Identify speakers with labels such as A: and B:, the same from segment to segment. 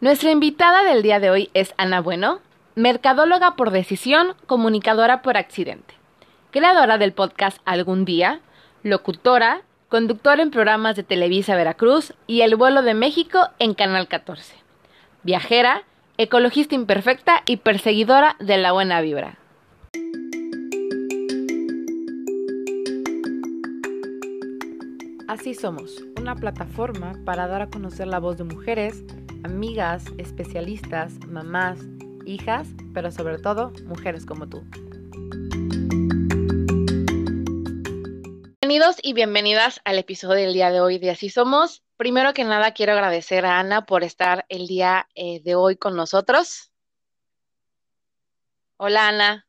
A: Nuestra invitada del día de hoy es Ana Bueno, mercadóloga por decisión, comunicadora por accidente, creadora del podcast Algún Día, locutora, conductora en programas de Televisa Veracruz y El Vuelo de México en Canal 14, viajera, ecologista imperfecta y perseguidora de la buena vibra. Así somos, una plataforma para dar a conocer la voz de mujeres, amigas, especialistas, mamás, hijas, pero sobre todo mujeres como tú. Bienvenidos y bienvenidas al episodio del día de hoy de Así Somos. Primero que nada quiero agradecer a Ana por estar el día de hoy con nosotros. Hola Ana.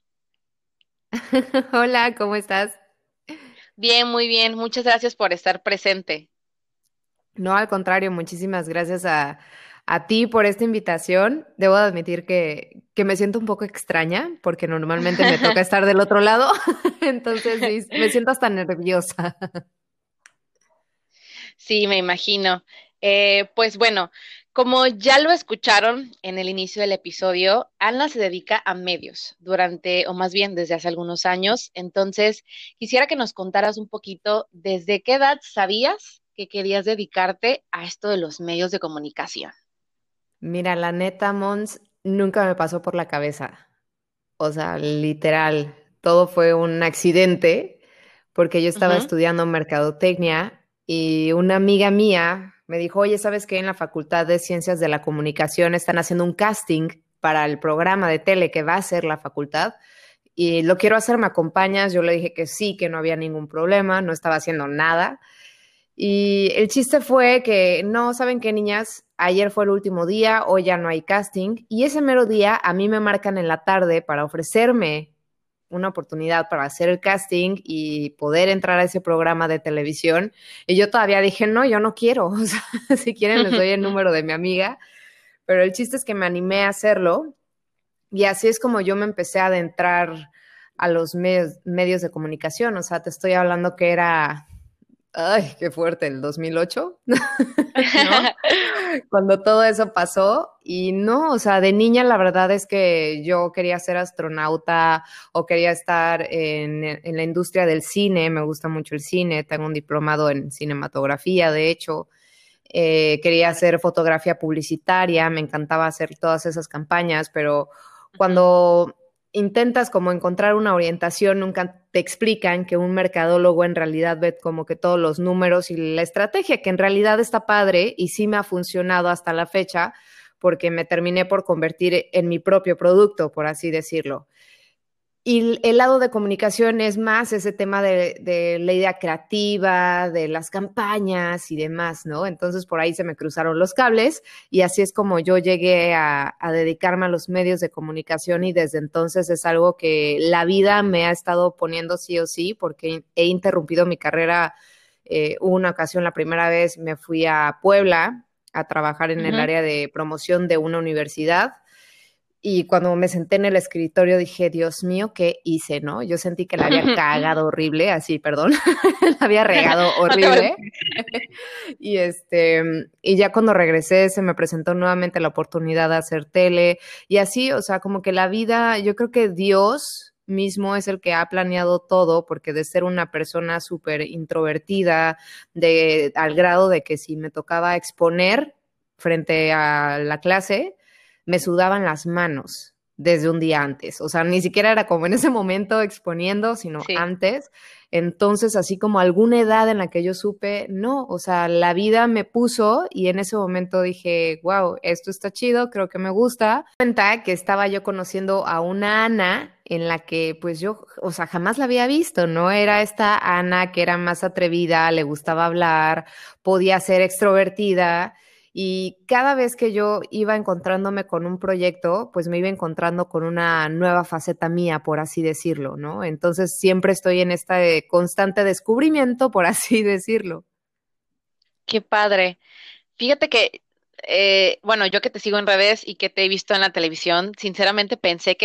B: Hola, ¿cómo estás?
A: Bien, muy bien. Muchas gracias por estar presente.
B: No, al contrario, muchísimas gracias a ti por esta invitación. Debo de admitir que me siento un poco extraña porque normalmente me toca estar del otro lado, entonces sí, me siento hasta nerviosa.
A: Sí, me imagino. Pues bueno, como ya lo escucharon en el inicio del episodio, Ana se dedica a medios durante, o más bien desde hace algunos años. Entonces, quisiera que nos contaras un poquito desde qué edad sabías que querías dedicarte a esto de los medios de comunicación.
B: Mira, la neta, Mons, nunca me pasó por la cabeza. O sea, literal, todo fue un accidente porque yo estaba
A: Ujú,
B: estudiando mercadotecnia y una amiga mía me dijo, oye, ¿sabes qué? En la Facultad de Ciencias de la Comunicación están haciendo un casting para el programa de tele que va a ser la facultad y lo quiero hacer, ¿me acompañas? Yo le dije que sí, que no había ningún problema, no estaba haciendo nada. Y el chiste fue que, no, ¿saben qué, niñas? Ayer fue el último día, hoy ya no hay casting. Y ese mero día a mí me marcan en la tarde para ofrecerme una oportunidad para hacer el casting y poder entrar a ese programa de televisión. Y yo todavía dije, no, yo no quiero. O sea, si quieren les doy el número de mi amiga. Pero el chiste es que me animé a hacerlo. Y así es como yo me empecé a adentrar a los medios de comunicación. O sea, te estoy hablando que era, ay, qué fuerte, el 2008, ¿no? Cuando todo eso pasó y no, o sea, de niña la verdad es que yo quería ser astronauta o quería estar en la industria del cine, me gusta mucho el cine, tengo un diplomado en cinematografía, de hecho, quería hacer fotografía publicitaria, me encantaba hacer todas esas campañas, pero
A: ujú.
B: cuando intentas como encontrar una orientación, nunca te explican que un mercadólogo en realidad ve como que todos los números y la estrategia, que en realidad está padre y sí me ha funcionado hasta la fecha, porque me terminé por convertir en mi propio producto, por así decirlo. Y el lado de comunicación es más ese tema de la idea creativa, de las campañas y demás, ¿no? Entonces por ahí se me cruzaron los cables y así es como yo llegué a dedicarme a los medios de comunicación y desde entonces es algo que la vida me ha estado poniendo sí o sí porque he interrumpido mi carrera. Hubo una ocasión, la primera vez me fui a Puebla a trabajar en el
A: Ujú.
B: área de promoción de una universidad y cuando me senté en el escritorio dije, Dios mío, ¿qué hice, no? Yo sentí que la había cagado horrible, así, perdón, la había regado
A: No te
B: horrible.
A: preocupes.
B: Y ya cuando regresé se me presentó nuevamente la oportunidad de hacer tele y así, o sea, como que la vida, yo creo que Dios mismo es el que ha planeado todo, porque de ser una persona súper introvertida, al grado de que si me tocaba exponer frente a la clase, me sudaban las manos desde un día antes. O sea, ni siquiera era como en ese momento exponiendo, sino
A: Sí.
B: antes. Entonces, así como alguna edad en la que yo supe, no, o sea, la vida me puso y en ese momento dije, wow, esto está chido, creo que me gusta. Cuenta que estaba yo conociendo a una Ana en la que pues yo, o sea, jamás la había visto, ¿no? Era esta Ana que era más atrevida, le gustaba hablar, podía ser extrovertida. Y cada vez que yo iba encontrándome con un proyecto, pues me iba encontrando con una nueva faceta mía, por así decirlo, ¿no? Entonces siempre estoy en este constante descubrimiento, por así decirlo.
A: Qué padre. Fíjate que, bueno, yo que te sigo en redes y que te he visto en la televisión, sinceramente pensé que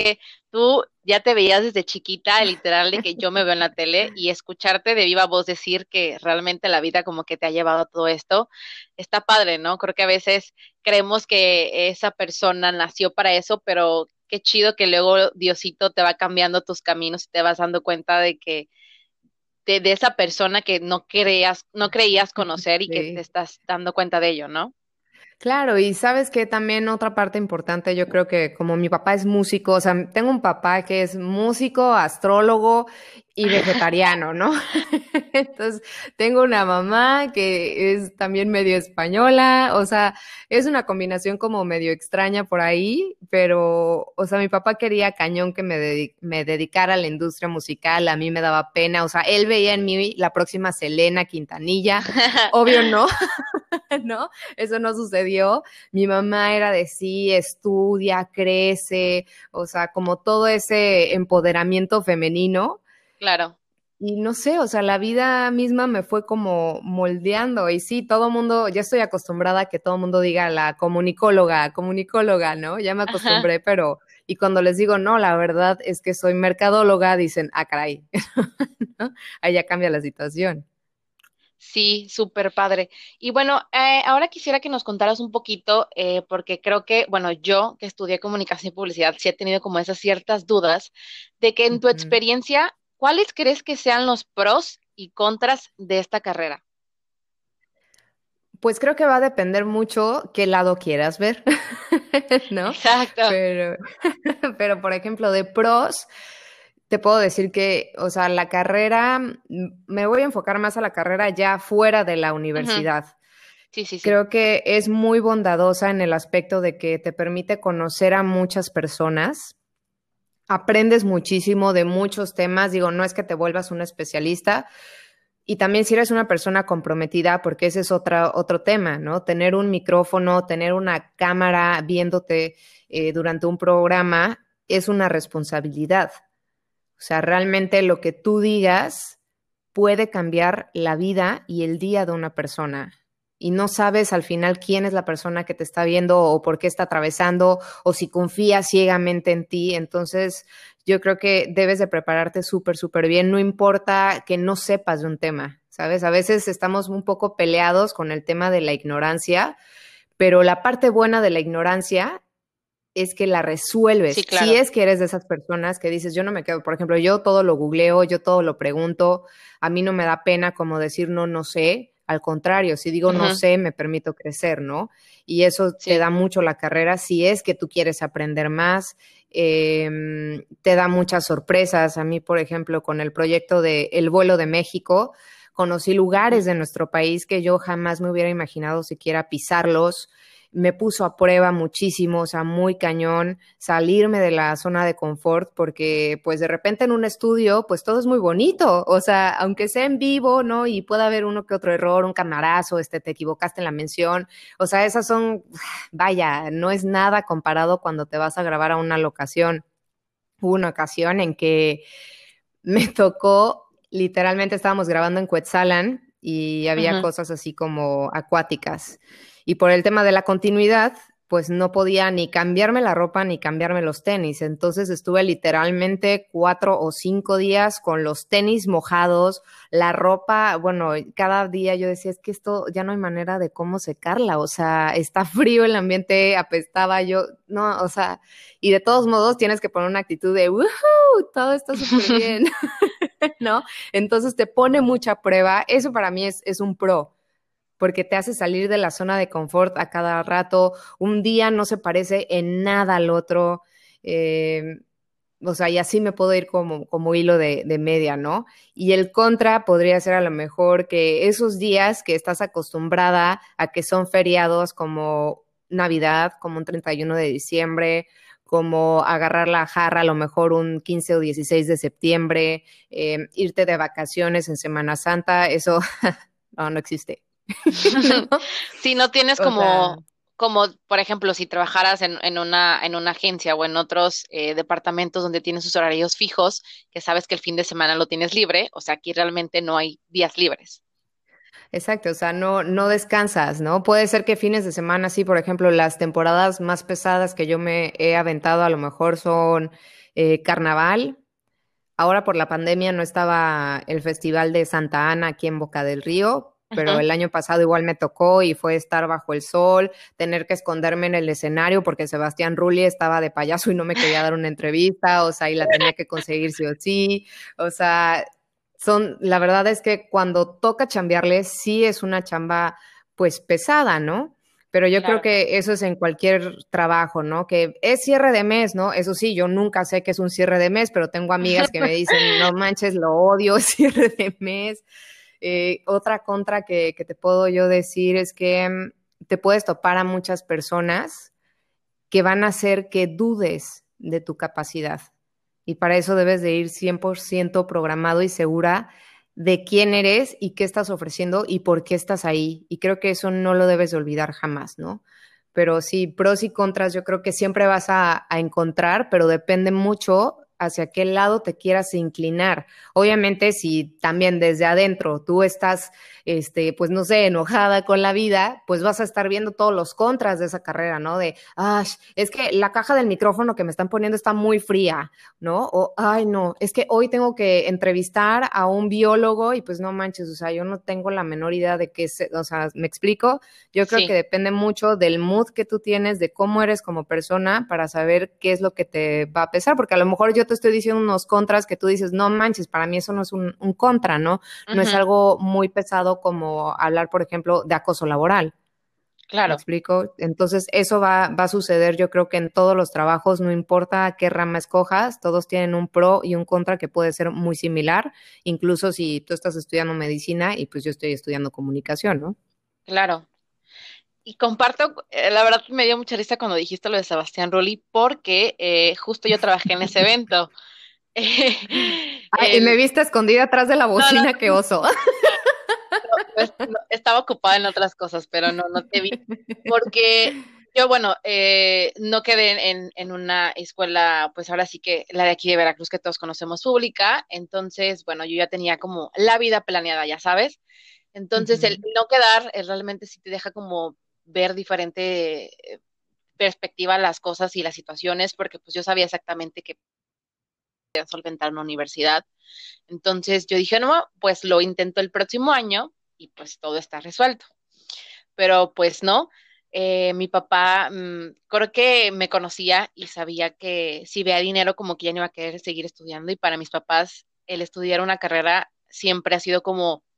A: tú ya te veías desde chiquita, literal, de que yo me veo en la tele y escucharte de viva voz decir que realmente la vida como que te ha llevado a todo esto, está padre, ¿no? Creo que a veces creemos que esa persona nació para eso, pero qué chido que luego Diosito te va cambiando tus caminos y te vas dando cuenta de que de esa persona que no creías conocer y que te
B: Sí.
A: estás dando cuenta de ello, ¿no?
B: Claro, y sabes que también otra parte importante, yo creo que como mi papá es músico, o sea, tengo un papá que es músico, astrólogo y vegetariano, ¿no? Entonces, tengo una mamá que es también medio española, o sea, es una combinación como medio extraña por ahí, pero, o sea, mi papá quería cañón que me dedicara a la industria musical, a mí me daba pena, o sea, él veía en mí la próxima Selena Quintanilla, obvio no, ¿no? Eso no sucedió. Mi mamá era de sí, estudia, crece, o sea, como todo ese empoderamiento femenino.
A: Claro.
B: Y no sé, o sea, la vida misma me fue como moldeando. Y sí, todo mundo, ya estoy acostumbrada a que todo mundo diga la comunicóloga, comunicóloga, ¿no? Ya me
A: Ajá.
B: acostumbré, pero, y cuando les digo, no, la verdad es que soy mercadóloga, dicen, ah, caray, ¿no? Ahí ya cambia la situación.
A: Sí, súper padre. Y bueno, ahora quisiera que nos contaras un poquito, porque creo que, bueno, yo que estudié comunicación y publicidad, sí he tenido como esas ciertas dudas de que en tu
B: Ujú.
A: experiencia, ¿cuáles crees que sean los pros y contras de esta carrera?
B: Pues creo que va a depender mucho qué lado quieras ver, ¿no?
A: Exacto.
B: Pero, pero, por ejemplo, de pros, te puedo decir que, o sea, la carrera, me voy a enfocar más a la carrera ya fuera de la
A: Ujú.
B: universidad.
A: Sí, sí, sí.
B: Creo que es muy bondadosa en el aspecto de que te permite conocer a muchas personas. Aprendes muchísimo de muchos temas. Digo, no es que te vuelvas un especialista, y también si eres una persona comprometida, porque ese es otro tema, ¿no? Tener un micrófono, tener una cámara viéndote durante un programa es una responsabilidad. O sea, realmente lo que tú digas puede cambiar la vida y el día de una persona. Y no sabes al final quién es la persona que te está viendo o por qué está atravesando o si confía ciegamente en ti. Entonces, yo creo que debes de prepararte súper, súper bien. No importa que no sepas de un tema, ¿sabes? A veces estamos un poco peleados con el tema de la ignorancia, pero la parte buena de la ignorancia es que la
A: Sí,
B: resuelves. Si
A: claro.
B: es que eres de esas personas que dices, yo no me quedo, por ejemplo, yo todo lo googleo, yo todo lo pregunto, a mí no me da pena como decir no, no sé. Al contrario, si digo no
A: Ujú.
B: sé, me permito crecer, ¿no? Y eso te
A: Sí.
B: da mucho la carrera si es que tú quieres aprender más, te da muchas sorpresas. A mí, por ejemplo, con el proyecto de El vuelo de México, conocí
A: Ujú.
B: lugares de nuestro país que yo jamás me hubiera imaginado siquiera pisarlos. Me puso a prueba muchísimo, o sea, muy cañón, salirme de la zona de confort, porque pues de repente en un estudio, pues todo es muy bonito, o sea, aunque sea en vivo, ¿no? Y pueda haber uno que otro error, un camarazo, te equivocaste en la mención, o sea, esas son, vaya, no es nada comparado cuando te vas a grabar a una locación. Hubo una ocasión en que me tocó, literalmente estábamos grabando en Cuetzalan y había
A: Ujú.
B: cosas así como acuáticas. Y por el tema de la continuidad, pues no podía ni cambiarme la ropa ni cambiarme los tenis. Entonces estuve literalmente 4 o 5 días con los tenis mojados, la ropa, bueno, cada día yo decía, es que esto ya no hay manera de cómo secarla. O sea, está frío el ambiente, apestaba yo, no, o sea, y de todos modos tienes que poner una actitud de, ¡woohoo! Todo está súper bien, ¿no? Entonces te pone mucha prueba. Eso para mí es un pro, porque te hace salir de la zona de confort a cada rato. Un día no se parece en nada al otro. Eh, o sea, y así me puedo ir como hilo de media, ¿no? Y el contra podría ser a lo mejor que esos días que estás acostumbrada a que son feriados como Navidad, como un 31 de diciembre, como agarrar la jarra a lo mejor un 15 o 16 de septiembre, irte de vacaciones en Semana Santa, eso no, no existe, ¿no?
A: Si no tienes
B: O sea,
A: como, por ejemplo, si trabajaras en una agencia o en otros departamentos donde tienes sus horarios fijos, que sabes que el fin de semana lo tienes libre, o sea, aquí realmente no hay días libres.
B: exacto, o sea, no, no descansas, ¿no? Puede ser que fines de semana, sí, por ejemplo, las temporadas más pesadas que yo me he aventado a lo mejor son carnaval. Ahora por la pandemia no estaba el Festival de Santa Ana aquí en Boca del Río, pero
A: Ajá.
B: el año pasado igual me tocó y fue estar bajo el sol, tener que esconderme en el escenario porque Sebastián Rulli estaba de payaso y no me quería dar una entrevista, o sea, y la tenía que conseguir sí o sí, o sea, la verdad es que cuando toca chambearle, sí es una chamba pues pesada, ¿no? Pero yo creo
A: Claro.
B: que eso es en cualquier trabajo, ¿no? Que es cierre de mes, ¿no? Eso sí, yo nunca sé que es un cierre de mes, pero tengo amigas que me dicen, no manches, lo odio, cierre de mes. Otra contra que te puedo yo decir es que te puedes topar a muchas personas que van a hacer que dudes de tu capacidad. Y para eso debes de ir 100% programado y segura de quién eres y qué estás ofreciendo y por qué estás ahí. Y creo que eso no lo debes de olvidar jamás, ¿no? Pero sí, pros y contras yo creo que siempre vas a encontrar, pero depende mucho hacia qué lado te quieras inclinar. Obviamente, si también desde adentro tú estás, pues no sé, enojada con la vida, pues vas a estar viendo todos los contras de esa carrera, ¿no? De, ay, es que la caja del micrófono que me están poniendo está muy fría, ¿no? O, ay, no, es que hoy tengo que entrevistar a un biólogo y pues no manches, o sea, yo no tengo la menor idea de qué es, o sea, ¿me explico? Yo creo que
A: Sí.
B: depende mucho del mood que tú tienes, de cómo eres como persona para saber qué es lo que te va a pesar, porque a lo mejor yo te estoy diciendo unos contras que tú dices, no manches, para mí eso no es un contra, ¿no? No es
A: Ujú.
B: algo muy pesado como hablar, por ejemplo, de acoso laboral. ¿Me
A: Claro.
B: explico? Entonces, eso va a suceder, yo creo que en todos los trabajos, no importa qué rama escojas, todos tienen un pro y un contra que puede ser muy similar, incluso si tú estás estudiando medicina y pues yo estoy estudiando comunicación, ¿no?
A: Claro. Y comparto, la verdad me dio mucha risa cuando dijiste lo de Sebastián Rulli, porque justo yo trabajé en ese evento.
B: Ay, y me
A: El,
B: viste escondida atrás de la
A: no, no,
B: bocina, qué oso.
A: estaba ocupada en otras cosas, pero no, no te vi. Porque yo, bueno, no quedé en una escuela, pues ahora sí que la de aquí de Veracruz que todos conocemos pública. Entonces, bueno, yo ya tenía como la vida planeada, ya sabes. Entonces, el
B: Ujú,
A: no quedar realmente sí te deja como ver diferente perspectiva a las cosas y las situaciones, porque pues yo sabía exactamente que podía solventar una universidad. Entonces yo dije, no, pues lo intento el próximo año y pues todo está resuelto. Pero pues no, mi papá creo que me conocía y sabía que si veía dinero como que ya no iba a querer seguir estudiando y para mis papás el estudiar una carrera siempre ha sido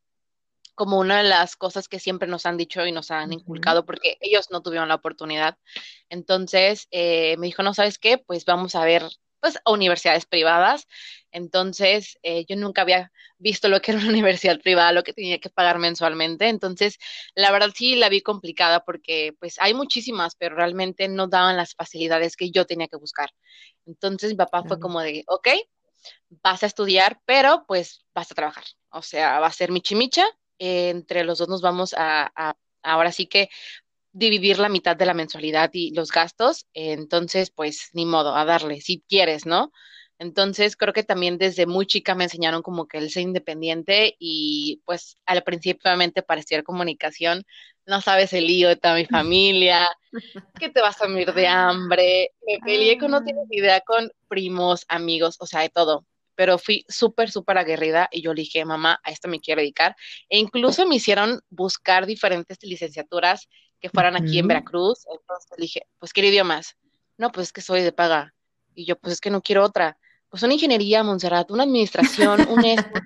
A: como una de las cosas que siempre nos han dicho y nos han
B: ujú.
A: inculcado porque ellos no tuvieron la oportunidad. Entonces me dijo, no sabes qué, pues vamos a ver pues a universidades privadas. Entonces yo nunca había visto lo que era una universidad privada, lo que tenía que pagar mensualmente. Entonces la verdad sí la vi complicada porque pues hay muchísimas, pero realmente no daban las facilidades que yo tenía que buscar. Entonces mi papá fue
B: Claro.
A: como de, ok, vas a estudiar, pero pues vas a trabajar. O sea, va a ser michi micha. Entre los dos nos vamos ahora sí que dividir la mitad de la mensualidad y los gastos. Entonces, pues ni modo, a darle, si quieres, ¿no? Entonces, creo que también desde muy chica me enseñaron como que el ser independiente y pues al principio obviamente para estudiar comunicación no sabes el lío de toda mi familia, que te vas a morir de hambre. Me peleé con, no tienes
B: Ah,
A: idea, con primos, amigos, o sea, de todo. Pero fui súper, súper aguerrida y yo le dije, mamá, a esto me quiero dedicar. E incluso me hicieron buscar diferentes licenciaturas que fueran aquí en
B: ujú.
A: Veracruz. Entonces le dije, pues, ¿qué idiomas? No, pues es que soy de paga. Y yo, pues es que no quiero otra. Pues una ingeniería, Montserrat, una administración, un esto.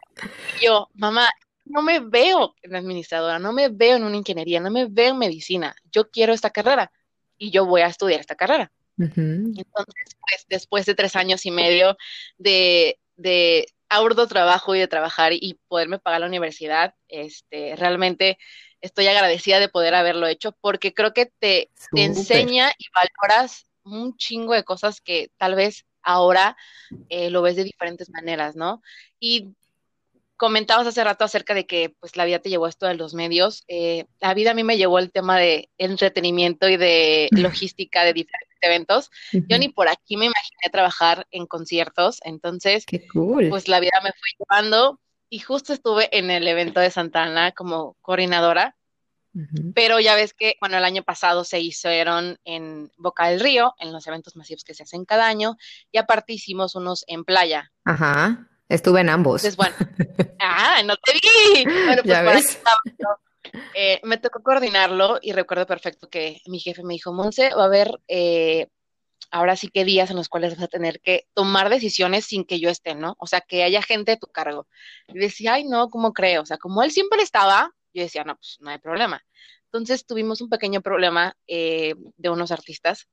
A: Y yo, mamá, no me veo en administradora, no me veo en una ingeniería, no me veo en medicina. Yo quiero esta carrera y yo voy a estudiar esta carrera.
B: Ujú.
A: Entonces, pues después de 3 años y medio de arduo trabajo y de trabajar y poderme pagar la universidad, realmente estoy agradecida de poder haberlo hecho porque creo que te
B: Súper.
A: enseña y valoras un chingo de cosas que tal vez ahora lo ves de diferentes maneras, ¿no? Y comentabas hace rato acerca de que pues la vida te llevó a esto de los medios. La vida a mí me llevó el tema de entretenimiento y de logística de diferentes eventos. Yo
B: Ujú.
A: ni por aquí me imaginé trabajar en conciertos, entonces
B: Qué cool.
A: pues la vida me fue llevando y justo estuve en el evento de Santa Ana como coordinadora
B: Ujú.
A: Pero ya ves que, bueno, el año pasado se hicieron en Boca del Río, en los eventos masivos que se hacen cada año, y aparte hicimos unos en playa.
B: Ajá, estuve en ambos.
A: Entonces, bueno, no te vi. Bueno, pues
B: ¿Ya
A: por ahí
B: ves?
A: estaba. Me tocó coordinarlo y recuerdo perfecto que mi jefe me dijo, Monse, va a haber ahora sí que días en los cuales vas a tener que tomar decisiones sin que yo esté, ¿no? O sea, que haya gente a tu cargo. Y decía, ay, no, ¿cómo creo? O sea, como él siempre estaba, yo decía, no, pues no hay problema. Entonces tuvimos un pequeño problema de unos artistas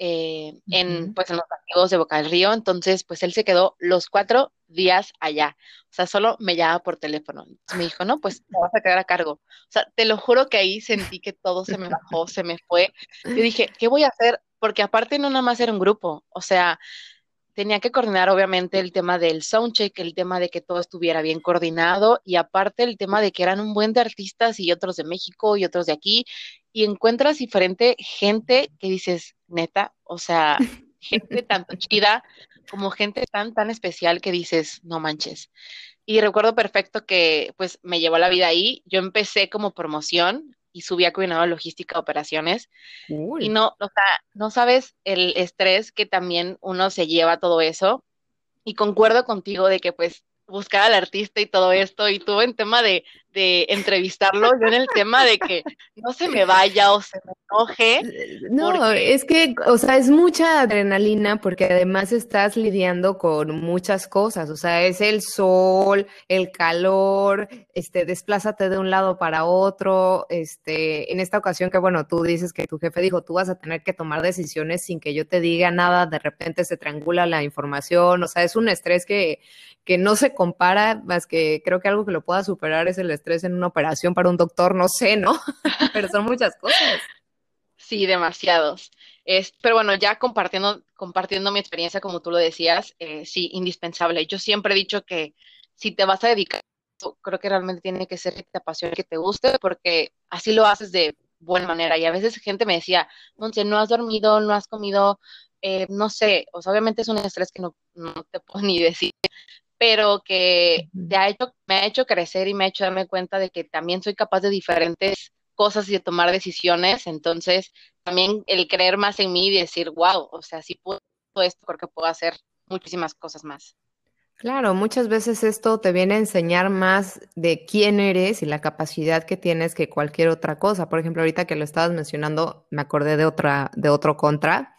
B: Ujú.
A: pues, en los activos de Boca del Río. Entonces, pues él se quedó los 4 días allá. O sea, solo me llamaba por teléfono. Entonces me dijo, no, pues te vas a quedar a cargo. O sea, te lo juro que ahí sentí que todo se me bajó, se me fue. Yo dije, ¿qué voy a hacer? Porque aparte no nada más era un grupo, o sea, tenía que coordinar obviamente el tema del soundcheck, el tema de que todo estuviera bien coordinado y aparte el tema de que eran un buen de artistas y otros de México y otros de aquí y encuentras diferente gente que dices, neta, o sea, gente tanto chida como gente tan especial que dices, no manches. Y recuerdo perfecto que pues me llevó la vida ahí. Yo empecé como promoción y subí a coordinador de logística de operaciones y
B: Cool.
A: no, o sea, no sabes el estrés que también uno se lleva todo eso. Y concuerdo contigo de que pues buscar al artista y todo esto, y tú en tema de entrevistarlo, yo en el tema de que no se me vaya o se me enoje,
B: No,
A: porque
B: es que, o sea, es mucha adrenalina porque además estás lidiando con muchas cosas, o sea, es el sol, el calor, desplázate de un lado para otro, en esta ocasión que, bueno, tú dices que tu jefe dijo, tú vas a tener que tomar decisiones sin que yo te diga nada, de repente se triangula la información, o sea, es un estrés que no se compara, más que creo que algo que lo pueda superar es el estrés en una operación para un doctor, no sé, ¿no? Pero son muchas cosas.
A: sí, demasiados. Pero bueno, ya compartiendo mi experiencia, como tú lo decías, sí, indispensable. Yo siempre he dicho que si te vas a dedicar, creo que realmente tiene que ser que te apasione, que te guste, porque así lo haces de buena manera. Y a veces gente me decía, Monse, no has dormido, no has comido, no sé, o sea, obviamente es un estrés que no te puedo ni decir, pero que
B: Ujú.
A: me ha hecho crecer y me ha hecho darme cuenta de que también soy capaz de diferentes cosas y de tomar decisiones. Entonces, también el creer más en mí y decir, wow, o sea, si puedo esto, creo que puedo hacer muchísimas cosas más.
B: Claro, muchas veces esto te viene a enseñar más de quién eres y la capacidad que tienes que cualquier otra cosa. Por ejemplo, ahorita que lo estabas mencionando, me acordé de otro contra,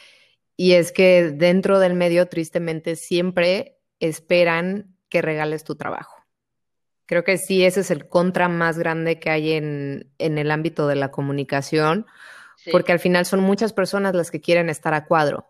B: y es que dentro del medio, tristemente, siempre esperan que regales tu trabajo. Creo que sí, ese es el contra más grande que hay en el ámbito de la comunicación,
A: Sí,
B: porque al final son muchas personas las que quieren estar a cuadro.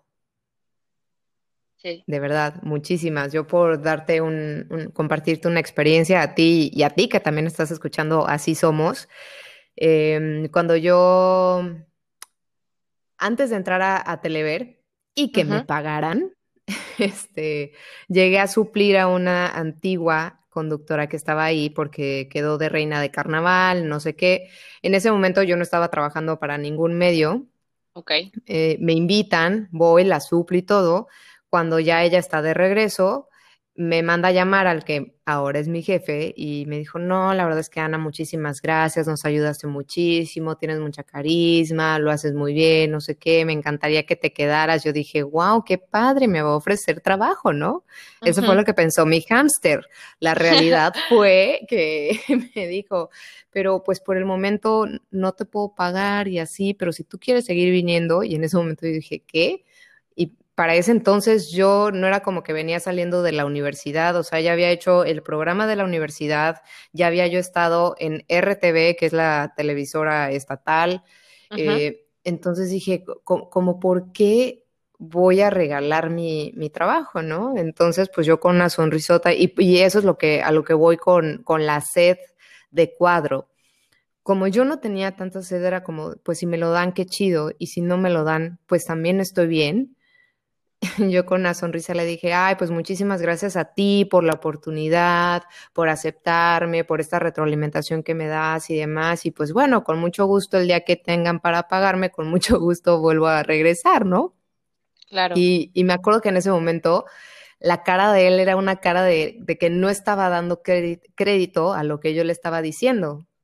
A: sí.
B: De verdad, muchísimas. Yo por darte compartirte una experiencia a ti y a ti que también estás escuchando Así Somos. Cuando yo, antes de entrar a Telever y que me
A: Ujú.
B: pagaran, llegué a suplir a una antigua conductora que estaba ahí porque quedó de reina de carnaval, no sé qué. En ese momento yo no estaba trabajando para ningún medio.
A: Ok.
B: Me invitan, voy, la suplo y todo. Cuando ya ella está de regreso, me manda a llamar al que ahora es mi jefe y me dijo, no, la verdad es que Ana, muchísimas gracias, nos ayudaste muchísimo, tienes mucha carisma, lo haces muy bien, no sé qué, me encantaría que te quedaras. Yo dije, wow, qué padre, me va a ofrecer trabajo, ¿no? Eso fue
A: Ujú.
B: lo que pensó mi hámster. La realidad fue que me dijo, pero pues por el momento no te puedo pagar y así, pero si tú quieres seguir viniendo, y en ese momento yo dije, ¿qué? Y para ese entonces yo no era como que venía saliendo de la universidad, o sea, ya había hecho el programa de la universidad, ya había yo estado en RTV, que es la televisora estatal,
A: Ujú.
B: entonces dije, como, ¿por qué voy a regalar mi trabajo, ¿no? Entonces, pues yo con una sonrisota, y eso es a lo que voy con la sed de cuadro. Como yo no tenía tanta sed, era como, pues si me lo dan, qué chido, y si no me lo dan, pues también estoy bien. Yo con una sonrisa le dije, ay, pues muchísimas gracias a ti por la oportunidad, por aceptarme, por esta retroalimentación que me das y demás. Y pues bueno, con mucho gusto el día que tengan para pagarme, con mucho gusto vuelvo a regresar, ¿no?
A: Claro.
B: Y me acuerdo que en ese momento la cara de él era una cara de que no estaba dando crédito a lo que yo le estaba diciendo.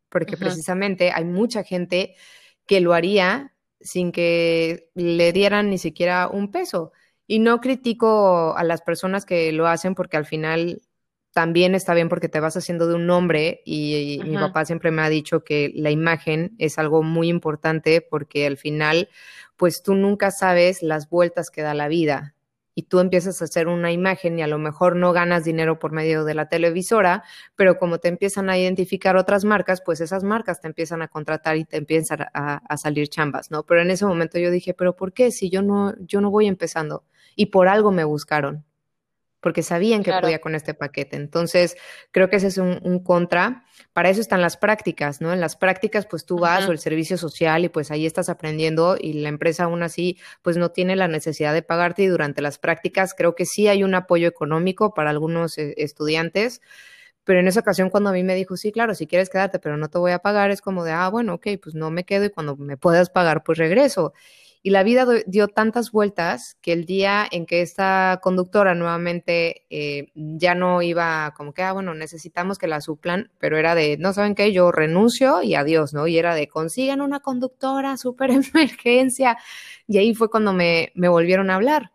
B: porque
A: Ujú.
B: precisamente hay mucha gente que lo haría sin que le dieran ni siquiera un peso. Y no critico a las personas que lo hacen porque al final también está bien porque te vas haciendo de un nombre y mi
A: Ujú.
B: papá siempre me ha dicho que la imagen es algo muy importante porque al final pues tú nunca sabes las vueltas que da la vida y tú empiezas a hacer una imagen y a lo mejor no ganas dinero por medio de la televisora, pero como te empiezan a identificar otras marcas, pues esas marcas te empiezan a contratar y te empiezan a salir chambas, ¿no? Pero en ese momento yo dije, pero ¿por qué? Si yo no voy empezando y por algo me buscaron porque sabían que
A: Claro.
B: podía con este paquete. Entonces, creo que ese es un contra. Para eso están las prácticas, ¿no? En las prácticas, pues tú vas o
A: Ujú.
B: el servicio social y pues ahí estás aprendiendo y la empresa aún así, pues no tiene la necesidad de pagarte y durante las prácticas creo que sí hay un apoyo económico para algunos estudiantes. Pero en esa ocasión cuando a mí me dijo, sí, claro, si quieres quedarte, pero no te voy a pagar, es como de, ah, bueno, ok, pues no me quedo y cuando me puedas pagar, pues regreso. Y la vida dio tantas vueltas que el día en que esta conductora nuevamente ya no iba como que, ah, bueno, necesitamos que la suplan, pero era de, no saben qué, yo renuncio y adiós, ¿no? Y era de, consigan una conductora, súper emergencia. Y ahí fue cuando me volvieron a hablar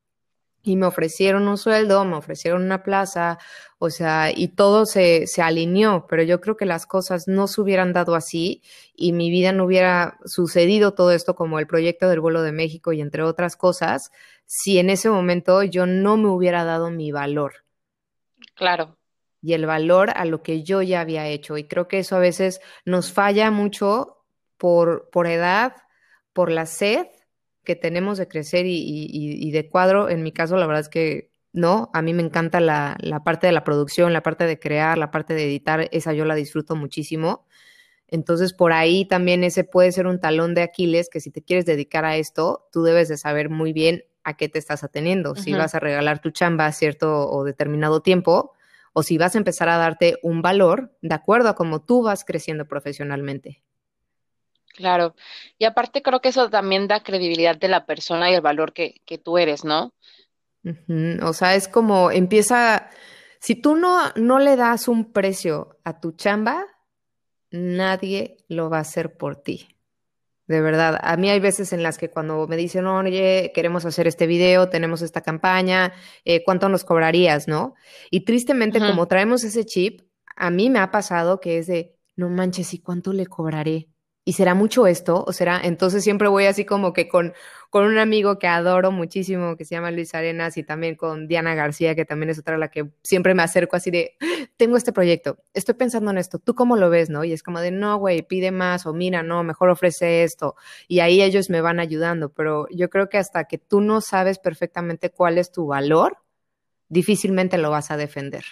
B: y me ofrecieron un sueldo, me ofrecieron una plaza, o sea, y todo se alineó, pero yo creo que las cosas no se hubieran dado así y mi vida no hubiera sucedido todo esto como el proyecto del vuelo de México y entre otras cosas, si en ese momento yo no me hubiera dado mi valor
A: Claro.
B: y el valor a lo que yo ya había hecho. Y creo que eso a veces nos falla mucho por edad, por la sed que tenemos de crecer y de cuadro. En mi caso, la verdad es que no, a mí me encanta la parte de la producción, la parte de crear, la parte de editar, esa yo la disfruto muchísimo. Entonces, por ahí también ese puede ser un talón de Aquiles que si te quieres dedicar a esto, tú debes de saber muy bien a qué te estás ateniendo. Si
A: Ujú.
B: vas a regalar tu chamba a cierto o determinado tiempo, o si vas a empezar a darte un valor de acuerdo a cómo tú vas creciendo profesionalmente.
A: Claro. Y aparte creo que eso también da credibilidad de la persona y el valor que tú eres, ¿no?
B: Ujú. O sea, es como empieza, si tú no le das un precio a tu chamba, nadie lo va a hacer por ti. De verdad, a mí hay veces en las que cuando me dicen, oye, queremos hacer este video, tenemos esta campaña, ¿cuánto nos cobrarías, no? Y tristemente,
A: Ujú.
B: como traemos ese chip, a mí me ha pasado que es de, no manches, ¿y cuánto le cobraré? ¿Y será mucho esto? ¿O será? Entonces siempre voy así como que con un amigo que adoro muchísimo, que se llama Luis Arenas, y también con Diana García, que también es otra a la que siempre me acerco así de, tengo este proyecto, estoy pensando en esto, ¿tú cómo lo ves, no? Y es como de, no, güey, pide más, o mira, no, mejor ofrece esto, y ahí ellos me van ayudando, pero yo creo que hasta que tú no sabes perfectamente cuál es tu valor, difícilmente lo vas a defender.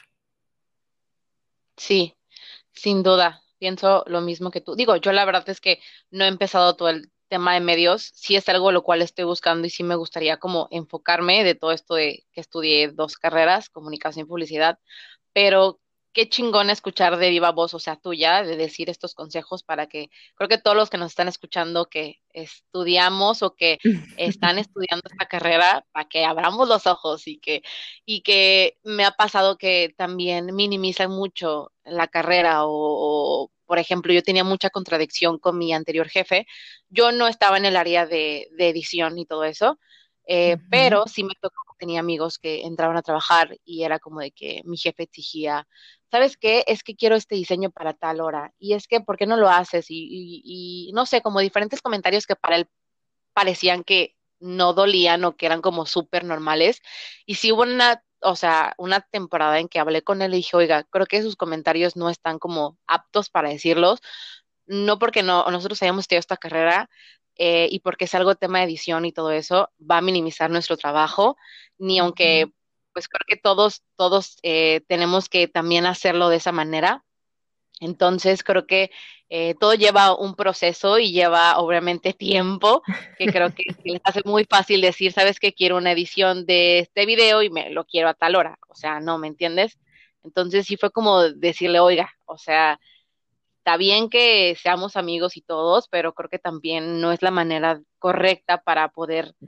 A: Sí, sin duda. Pienso lo mismo que tú. Digo, yo la verdad es que no he empezado todo el tema de medios. Sí es algo lo cual estoy buscando y sí me gustaría como enfocarme de todo esto de que estudié dos carreras, comunicación y publicidad, pero qué chingón escuchar de viva voz, o sea, tuya, de decir estos consejos para que creo que todos los que nos están escuchando que estudiamos o que están estudiando esta carrera, para que abramos los ojos y que me ha pasado que también minimizan mucho la carrera por ejemplo, yo tenía mucha contradicción con mi anterior jefe. Yo no estaba en el área de edición y todo eso,
B: Ujú.
A: pero sí me tocó, tenía amigos que entraban a trabajar y era como de que mi jefe exigía, ¿sabes qué? Es que quiero este diseño para tal hora y es que, ¿por qué no lo haces? Y no sé, como diferentes comentarios que para él parecían que no dolían o que eran como súper normales. Y sí hubo una, o sea, una temporada en que hablé con él y dije, oiga, creo que sus comentarios no están como aptos para decirlos, no porque no, nosotros hayamos estudiado esta carrera y porque es algo tema de edición y todo eso, va a minimizar nuestro trabajo, ni
B: Ujú.
A: aunque, pues creo que todos tenemos que también hacerlo de esa manera. Entonces creo que todo lleva un proceso y lleva obviamente tiempo, que creo que les hace muy fácil decir, ¿sabes qué? Quiero una edición de este video y me lo quiero a tal hora. O sea, no, ¿me entiendes? Entonces sí fue como decirle, oiga, o sea, está bien que seamos amigos y todos, pero creo que también no es la manera correcta para poder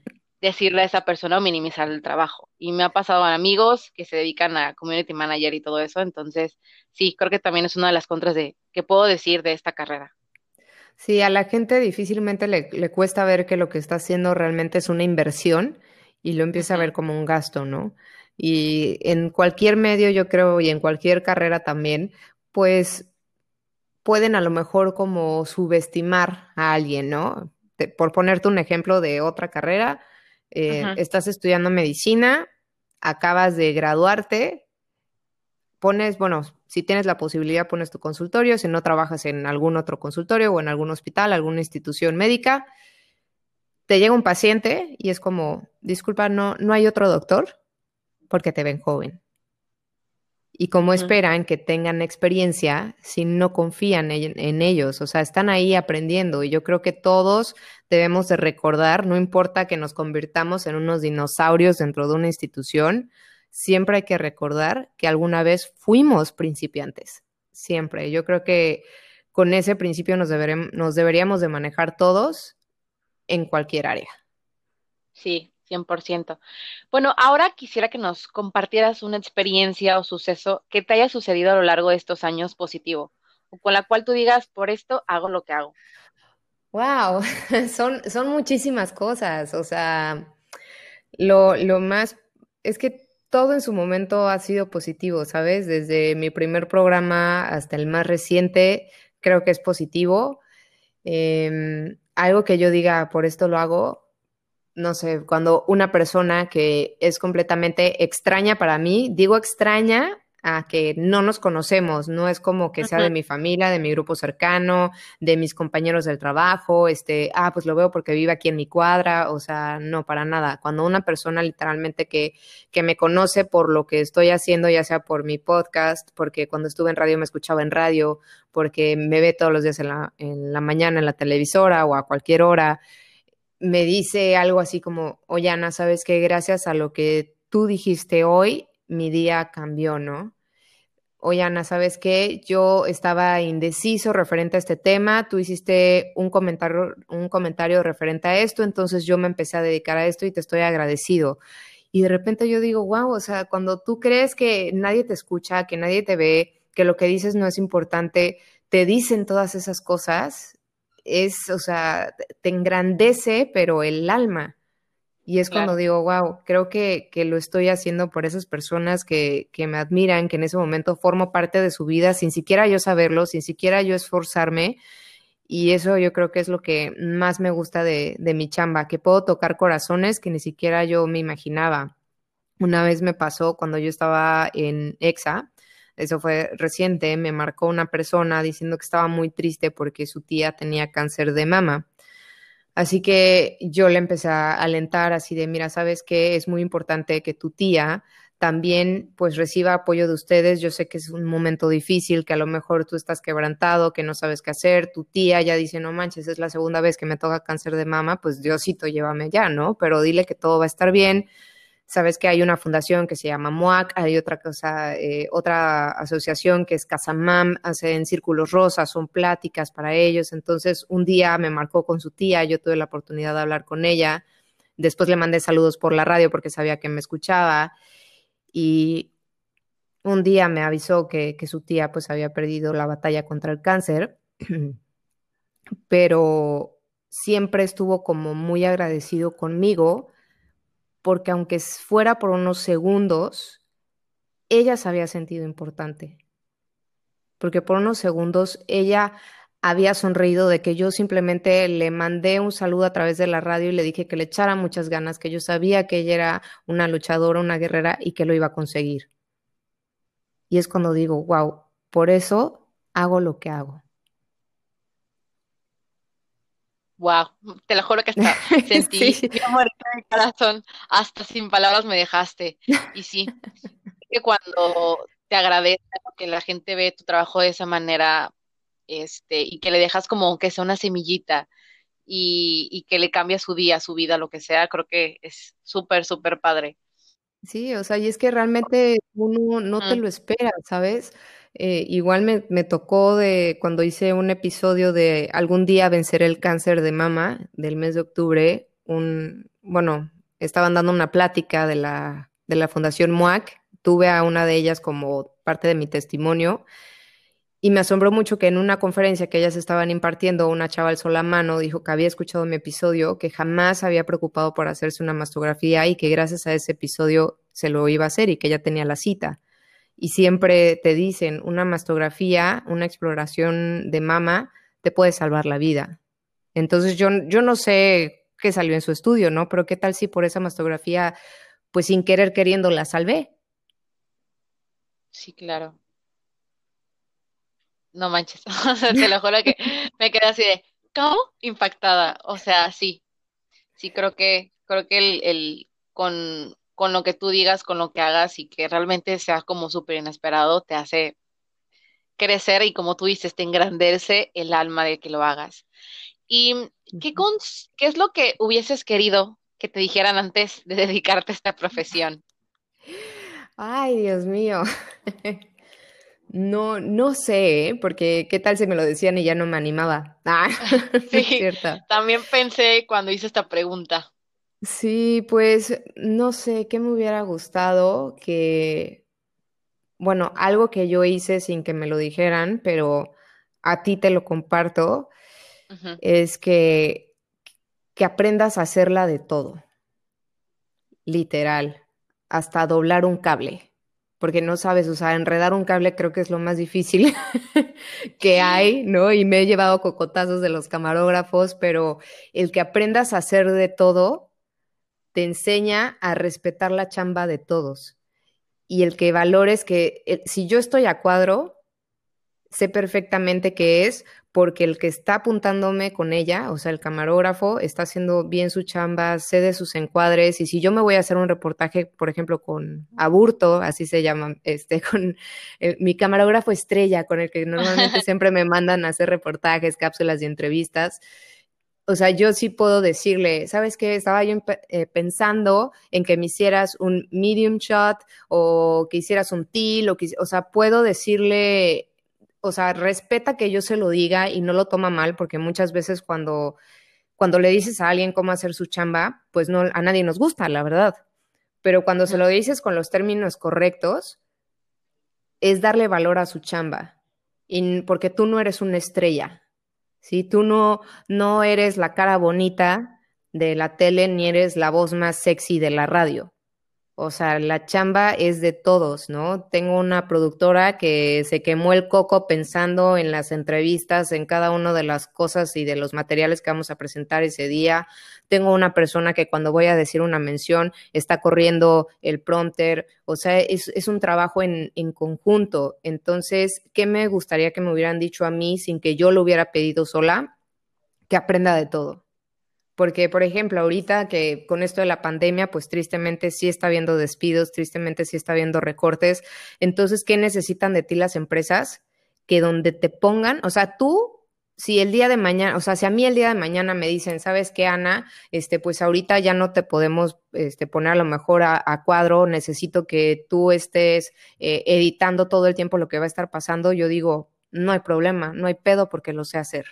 A: decirle a esa persona o minimizar el trabajo. Y me ha pasado a amigos que se dedican a community manager y todo eso, entonces sí, creo que también es una de las contras de que puedo decir de esta carrera.
B: Sí, a la gente difícilmente le cuesta ver que lo que está haciendo realmente es una inversión y lo empieza a
A: Ujú,
B: ver como un gasto, ¿no? Y en cualquier medio, yo creo, y en cualquier carrera también, pues pueden a lo mejor como subestimar a alguien, ¿no? Por ponerte un ejemplo de otra carrera,
A: ujú,
B: estás estudiando medicina, acabas de graduarte, pones, bueno, si tienes la posibilidad, pones tu consultorio, si no trabajas en algún otro consultorio o en algún hospital, alguna institución médica, te llega un paciente y es como, disculpa, no hay otro doctor porque te ven joven. Y como
A: ujú.
B: esperan que tengan experiencia si no confían en ellos, o sea, están ahí aprendiendo y yo creo que todos debemos de recordar, no importa que nos convirtamos en unos dinosaurios dentro de una institución, siempre hay que recordar que alguna vez fuimos principiantes, siempre. Yo creo que con ese principio nos deberíamos de manejar todos en cualquier área.
A: Sí, 100%. Bueno, ahora quisiera que nos compartieras una experiencia o suceso que te haya sucedido a lo largo de estos años positivo, o con la cual tú digas, por esto hago lo que hago.
B: Wow, son muchísimas cosas, o sea, lo más es que todo en su momento ha sido positivo, ¿sabes? Desde mi primer programa hasta el más reciente, creo que es positivo. Algo que yo diga, por esto lo hago, no sé, cuando una persona que es completamente extraña para mí, digo extraña a que no nos conocemos, no es como que sea de
A: Ujú,
B: mi familia, de mi grupo cercano, de mis compañeros del trabajo, pues lo veo porque vive aquí en mi cuadra, o sea, no, para nada. Cuando una persona literalmente que me conoce por lo que estoy haciendo, ya sea por mi podcast, porque cuando estuve en radio me escuchaba en radio, porque me ve todos los días en la mañana en la televisora o a cualquier hora, me dice algo así como, oye, Ana, ¿sabes qué? Gracias a lo que tú dijiste hoy, mi día cambió, ¿no? Oye, Ana, ¿sabes qué? Yo estaba indeciso referente a este tema, tú hiciste un comentario referente a esto, entonces yo me empecé a dedicar a esto y te estoy agradecido. Y de repente yo digo, wow, o sea, cuando tú crees que nadie te escucha, que nadie te ve, que lo que dices no es importante, te dicen todas esas cosas, o sea, te engrandece, pero el alma. Y es cuando
A: claro.
B: digo, wow, creo que lo estoy haciendo por esas personas que me admiran, que en ese momento formo parte de su vida sin siquiera yo saberlo, sin siquiera yo esforzarme. Y eso yo creo que es lo que más me gusta de mi chamba, que puedo tocar corazones que ni siquiera yo me imaginaba. Una vez me pasó cuando yo estaba en EXA, eso fue reciente, me marcó una persona diciendo que estaba muy triste porque su tía tenía cáncer de mama. Así que yo le empecé a alentar así de, mira, sabes que es muy importante que tu tía también pues reciba apoyo de ustedes. Yo sé que es un momento difícil, que a lo mejor tú estás quebrantado, que no sabes qué hacer. Tu tía ya dice, no manches, es la segunda vez que me toca cáncer de mama, pues Diosito, llévame ya, ¿no? Pero dile que todo va a estar bien. Sabes que hay una fundación que se llama MOAC, hay otra cosa, otra asociación que es Casamam, hacen círculos rosas, son pláticas para ellos. Entonces, un día me marcó con su tía, yo tuve la oportunidad de hablar con ella. Después le mandé saludos por la radio porque sabía que me escuchaba. Y un día me avisó que su tía pues había perdido la batalla contra el cáncer, pero siempre estuvo como muy agradecido conmigo porque aunque fuera por unos segundos, ella se había sentido importante, porque por unos segundos ella había sonreído de que yo simplemente le mandé un saludo a través de la radio y le dije que le echara muchas ganas, que yo sabía que ella era una luchadora, una guerrera y que lo iba a conseguir. Y es cuando digo, wow, por eso hago lo que hago.
A: Wow, te lo juro que hasta
B: Sí,
A: sentí mi amor en mi corazón, hasta sin palabras me dejaste. Y sí, que cuando te agradece que la gente ve tu trabajo de esa manera, y que le dejas como que sea una semillita y que le cambia su día, su vida, lo que sea, creo que es súper, súper padre.
B: sí, o sea, y es que realmente uno no te
A: Ujú,
B: lo espera, ¿sabes? Igual me tocó de cuando hice un episodio de algún día vencer el cáncer de mama del mes de octubre, bueno, estaban dando una plática de la Fundación MUAC. Tuve a una de ellas como parte de mi testimonio y me asombró mucho que en una conferencia que ellas estaban impartiendo, una chava alzó la mano, dijo que había escuchado mi episodio, que jamás había preocupado por hacerse una mastografía y que gracias a ese episodio se lo iba a hacer y que ya tenía la cita. Y siempre te dicen, una mastografía, una exploración de mama, te puede salvar la vida. Entonces yo no sé qué salió en su estudio, ¿no? Pero qué tal si por esa mastografía, pues sin querer queriendo la salvé.
A: Sí, claro. No manches. O sea, te lo juro que me quedé así de, ¿cómo? Impactada. O sea, sí, sí creo que con lo que tú digas, con lo que hagas y que realmente sea como súper inesperado, te hace crecer y como tú dices, te engrandece el alma de que lo hagas. ¿Y qué es lo que hubieses querido que te dijeran antes de dedicarte a esta profesión?
B: Ay, Dios mío. No, no sé, ¿eh? Porque qué tal si me lo decían y ya no me animaba. Ah, no es
A: Sí,
B: cierto.
A: también pensé cuando hice esta pregunta.
B: Sí, pues no sé, qué me hubiera gustado que, bueno, algo que yo hice sin que me lo dijeran, pero a ti te lo comparto,
A: Ujú.
B: es que aprendas a hacerla de todo, literal, hasta doblar un cable, porque no sabes, o sea, enredar un cable creo que es lo más difícil que hay, ¿no? Y me he llevado cocotazos de los camarógrafos, pero el que aprendas a hacer de todo te enseña a respetar la chamba de todos. Y el que valores que si yo estoy a cuadro, sé perfectamente qué es, porque el que está apuntándome con ella, o sea, el camarógrafo, está haciendo bien su chamba, sé de sus encuadres, y si yo me voy a hacer un reportaje, por ejemplo, con Aburto, así se llama, con mi camarógrafo estrella, con el que normalmente siempre me mandan a hacer reportajes, cápsulas y entrevistas, o sea, yo sí puedo decirle, ¿sabes qué? Estaba yo pensando en que me hicieras un medium shot o que hicieras un til, o sea, puedo decirle, o sea, respeta que yo se lo diga y no lo toma mal, porque muchas veces cuando le dices a alguien cómo hacer su chamba, pues no, a nadie nos gusta, la verdad. Pero cuando se
A: Ujú.
B: lo dices con los términos correctos, es darle valor a su chamba. Y porque tú no eres una estrella, ¿sí? Tú no eres la cara bonita de la tele ni eres la voz más sexy de la radio. O sea, la chamba es de todos, ¿no? Tengo una productora que se quemó el coco pensando en las entrevistas, en cada una de las cosas y de los materiales que vamos a presentar ese día. Tengo una persona que cuando voy a decir una mención está corriendo el prompter. O sea, es un trabajo en conjunto. Entonces, ¿qué me gustaría que me hubieran dicho a mí sin que yo lo hubiera pedido sola? Que aprenda de todo. Porque, por ejemplo, ahorita que con esto de la pandemia, pues tristemente sí está habiendo despidos, tristemente sí está habiendo recortes. Entonces, ¿qué necesitan de ti las empresas? Que donde te pongan, o sea, tú, si el día de mañana, o sea, si a mí el día de mañana me dicen, ¿sabes qué, Ana? Pues ahorita ya no te podemos poner a lo mejor a cuadro, necesito que tú estés editando todo el tiempo lo que va a estar pasando, yo digo, no hay problema, no hay pedo porque lo sé hacer.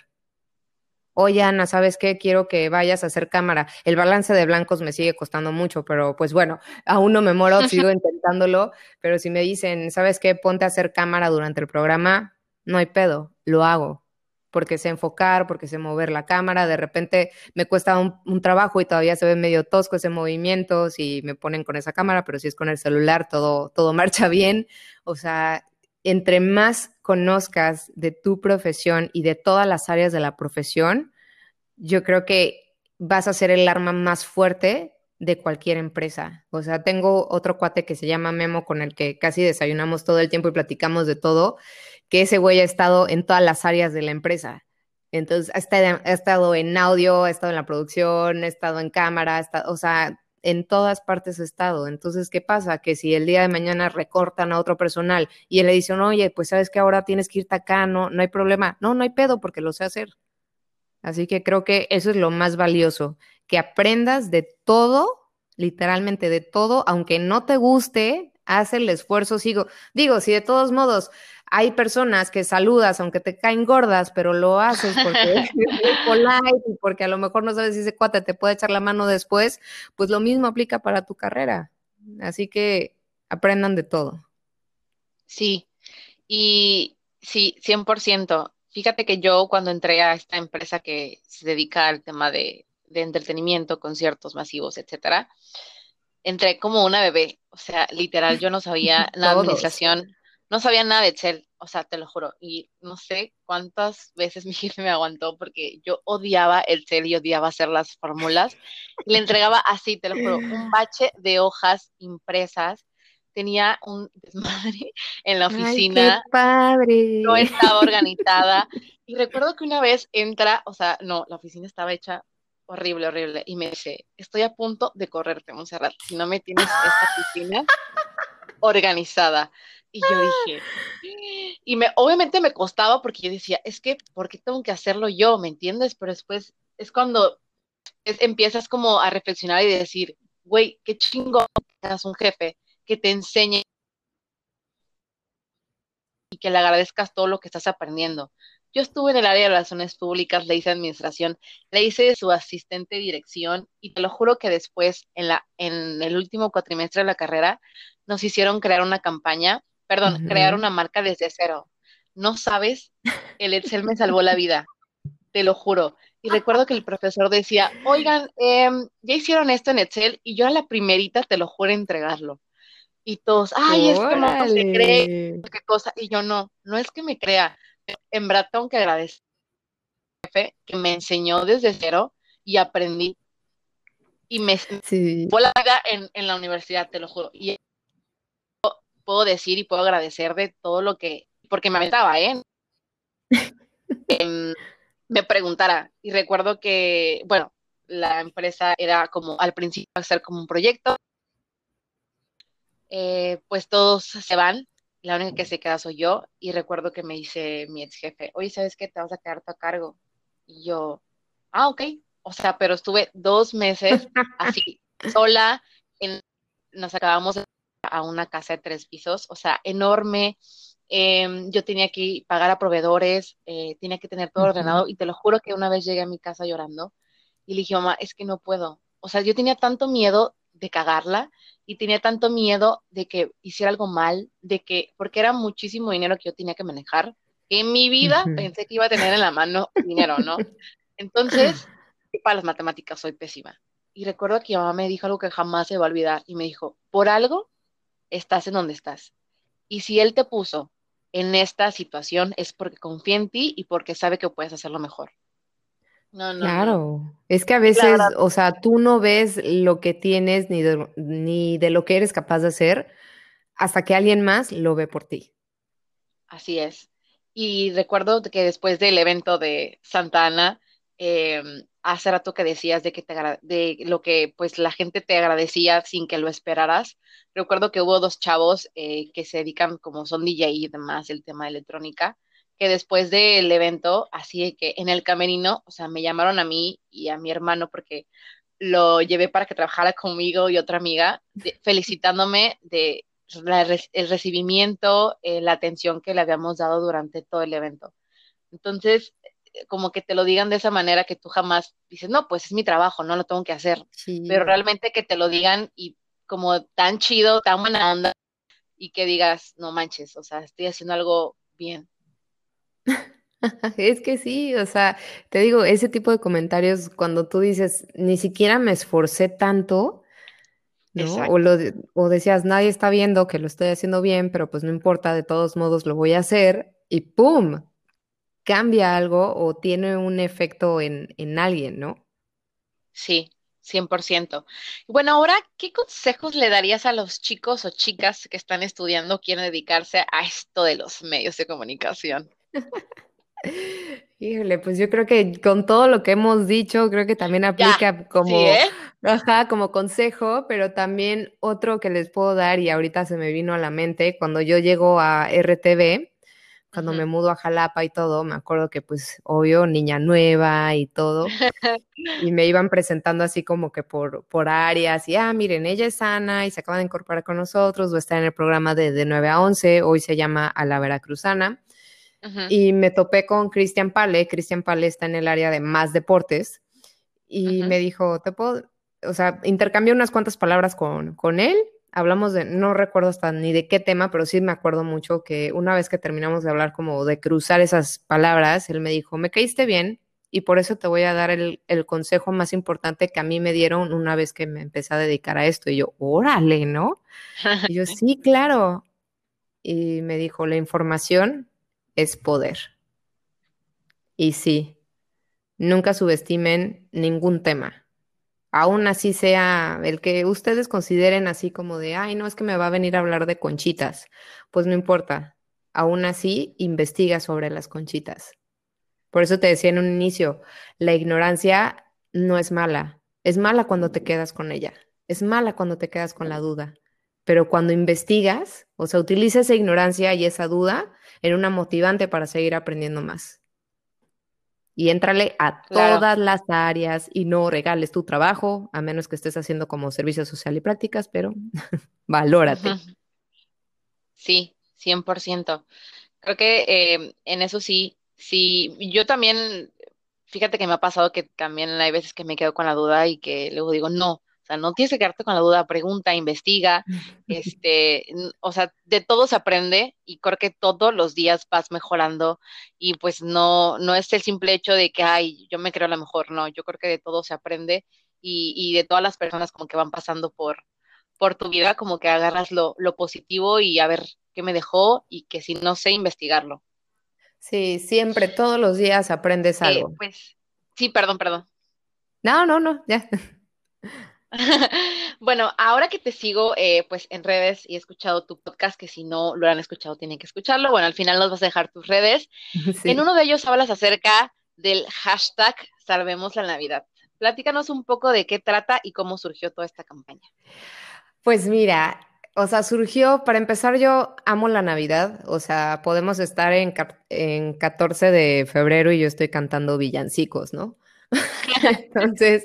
B: Oye, Ana, ¿sabes qué? Quiero que vayas a hacer cámara. El balance de blancos me sigue costando mucho, pero pues bueno, aún no me muero, sigo intentándolo, pero si me dicen, ¿sabes qué? Ponte a hacer cámara durante el programa, no hay pedo, lo hago, porque sé enfocar, porque sé mover la cámara, de repente me cuesta un trabajo y todavía se ve medio tosco ese movimiento si me ponen con esa cámara, pero si es con el celular, todo marcha bien. O sea, entre más conozcas de tu profesión y de todas las áreas de la profesión, yo creo que vas a ser el arma más fuerte de cualquier empresa. O sea, tengo otro cuate que se llama Memo con el que casi desayunamos todo el tiempo y platicamos de todo, que ese güey ha estado en todas las áreas de la empresa. Entonces, ha estado en audio, ha estado en la producción, ha estado en cámara, o sea, en todas partes ha estado. Entonces, ¿qué pasa? Que si el día de mañana recortan a otro personal y él le dice, oye, pues sabes que ahora tienes que irte acá, no hay problema. No, no hay pedo porque lo sé hacer. Así que creo que eso es lo más valioso, que aprendas de todo, literalmente de todo, aunque no te guste, haz el esfuerzo, digo, si de todos modos hay personas que saludas aunque te caen gordas, pero lo haces porque es muy polite y porque a lo mejor no sabes si ese cuate te puede echar la mano después, pues lo mismo aplica para tu carrera. Así que aprendan de todo.
A: Sí, y sí, 100%. Fíjate que yo cuando entré a esta empresa que se dedica al tema de entretenimiento, conciertos masivos, etcétera, entré como una bebé. O sea, literal, yo no sabía la
B: Todos.
A: administración, no sabía nada de Excel, o sea, te lo juro. Y no sé cuántas veces mi jefe me aguantó porque yo odiaba el Excel y odiaba hacer las fórmulas. Y le entregaba así, te lo juro, un bache de hojas impresas. Tenía un desmadre en la
B: Ay, qué
A: oficina, no
B: padre.
A: estaba organizada. Y recuerdo que una vez entra, o sea, no, la oficina estaba hecha horrible, horrible. Y me dice, estoy a punto de correrte, Montserrat, si no me tienes esta oficina organizada. Y yo dije, obviamente me costaba porque yo decía, es que, ¿por qué tengo que hacerlo yo? ¿Me entiendes? Pero después es cuando empiezas como a reflexionar y decir, güey, qué chingón que tengas un jefe que te enseñe y que le agradezcas todo lo que estás aprendiendo. Yo estuve en el área de relaciones públicas, le hice administración, le hice de su asistente de dirección y te lo juro que después, en el último cuatrimestre de la carrera, nos hicieron crear una campaña, perdón, crear
B: Ujú.
A: una marca desde cero. No sabes, el Excel me salvó la vida, te lo juro. Y recuerdo que el profesor decía, oigan, ya hicieron esto en Excel y yo era la primerita, te lo juro, en entregarlo. Y todos, ay, este mono se cree,
B: Órale.
A: qué cosa. Y yo no, no es que me crea. En verdad tengo que agradecer que me enseñó desde cero y aprendí y me
B: Sí.
A: fue la vida en la universidad, te lo juro. Y puedo decir y puedo agradecer de todo lo que, porque me aventaba, ¿eh? Me preguntara. Y recuerdo que, bueno, la empresa era como al principio hacer como un proyecto, pues todos se van, la única que se queda soy yo. Y recuerdo que me dice mi ex jefe, oye, ¿sabes qué? Te vas a quedar tú a cargo. Y yo, ah, ok. O sea, pero estuve 2 meses así, sola, en, nos acabamos de a una casa de 3 pisos, o sea, enorme. Yo tenía que pagar a proveedores, tenía que tener todo
B: Ujú.
A: ordenado y te lo juro que una vez llegué a mi casa llorando y le dije, mamá, es que no puedo. O sea, yo tenía tanto miedo de cagarla y tenía tanto miedo de que hiciera algo mal, porque era muchísimo dinero que yo tenía que manejar, que en mi vida
B: Ujú.
A: pensé que iba a tener en la mano dinero, ¿no? Entonces, para las matemáticas soy pésima. Y recuerdo que mi mamá me dijo algo que jamás se va a olvidar y me dijo, por algo estás en donde estás. Y si él te puso en esta situación es porque confía en ti y porque sabe que puedes hacerlo mejor. No, no, no.
B: Claro, es que a
A: Y la
B: veces,
A: verdad,
B: o sea, tú no ves lo que tienes ni de lo que eres capaz de hacer hasta que alguien más lo ve por ti.
A: así es. Y recuerdo que después del evento de Santa Ana, hace rato que decías de lo que pues la gente te agradecía sin que lo esperaras. Recuerdo que hubo dos chavos que se dedican como son DJ y demás, el tema de electrónica, que después del evento, así de que en el camerino, o sea, me llamaron a mí y a mi hermano porque lo llevé para que trabajara conmigo y otra amiga, felicitándome de el recibimiento, la atención que le habíamos dado durante todo el evento. Entonces, como que te lo digan de esa manera que tú jamás dices, no, pues es mi trabajo, no lo tengo que hacer, pero
B: Sí.
A: realmente que te lo digan y como tan chido, tan buena onda y que digas, no manches, o sea, estoy haciendo algo bien.
B: Es que sí, o sea, te digo, ese tipo de comentarios cuando tú dices, ni siquiera me esforcé tanto, ¿no? O,
A: Exacto.
B: o decías, nadie está viendo que lo estoy haciendo bien, pero pues no importa, de todos modos lo voy a hacer y ¡pum! Cambia algo o tiene un efecto en alguien, ¿no?
A: Sí, 100%. Y bueno, ahora, ¿qué consejos le darías a los chicos o chicas que están estudiando o quieren dedicarse a esto de los medios de comunicación?
B: Híjole, pues yo creo que con todo lo que hemos dicho, creo que también
A: Ya,
B: aplica
A: sí,
B: como,
A: ¿eh?
B: ajá, como consejo, pero también otro que les puedo dar y ahorita se me vino a la mente cuando yo llego a RTV, cuando me
A: Ujú.
B: mudo a Jalapa y todo, me acuerdo que pues obvio, niña nueva y todo, y me iban presentando así como que por áreas, y miren, ella es Ana y se acaba de incorporar con nosotros, o está en el programa de 9 a 11, hoy se llama A la Veracruzana,
A: Ujú,
B: y me topé con Cristian Pale está en el área de más deportes, y
A: ujú,
B: me dijo, ¿te puedo? O sea, intercambié unas cuantas palabras con él, hablamos de, no recuerdo hasta ni de qué tema, pero sí me acuerdo mucho que una vez que terminamos de hablar como de cruzar esas palabras, él me dijo, me caíste bien y por eso te voy a dar el consejo más importante que a mí me dieron una vez que me empecé a dedicar a esto. Y yo, órale, ¿no? Y yo, sí, claro. Y me dijo, la información es poder. Y sí, nunca subestimen ningún tema. Aún así sea el que ustedes consideren así como de, ay, no, es que me va a venir a hablar de conchitas. Pues no importa. Aún así, investiga sobre las conchitas. Por eso te decía en un inicio, la ignorancia no es mala. Es mala cuando te quedas con ella. Es mala cuando te quedas con la duda. Pero cuando investigas, o sea, utiliza esa ignorancia y esa duda en una motivante para seguir aprendiendo más. Y éntrale a
A: claro.
B: todas las áreas y no regales tu trabajo, a menos que estés haciendo como servicio social y prácticas, pero valórate.
A: Ujú. Sí, 100%. Creo que en eso sí, sí, yo también, fíjate que me ha pasado que también hay veces que me quedo con la duda y que luego digo, no, o sea, no tienes que quedarte con la duda, pregunta, investiga, o sea, de todo se aprende y creo que todos los días vas mejorando y pues no es el simple hecho de que, ay, yo me creo la mejor, no, yo creo que de todo se aprende y de todas las personas como que van pasando por tu vida, como que agarras lo positivo y a ver qué me dejó y que si no sé, investigarlo.
B: Sí, siempre, todos los días aprendes algo.
A: Pues sí, perdón.
B: No, no, no, ya.
A: Bueno, ahora que te sigo pues en redes y he escuchado tu podcast, que si no lo han escuchado tienen que escucharlo, bueno, al final nos vas a dejar tus redes. En
B: Sí.
A: uno de ellos hablas acerca del hashtag Salvemos la Navidad. Platícanos un poco de qué trata y cómo surgió toda esta campaña.
B: Pues mira, o sea, surgió, para empezar, yo amo la Navidad, o sea, podemos estar en 14 de febrero y yo estoy cantando villancicos, ¿no? Entonces,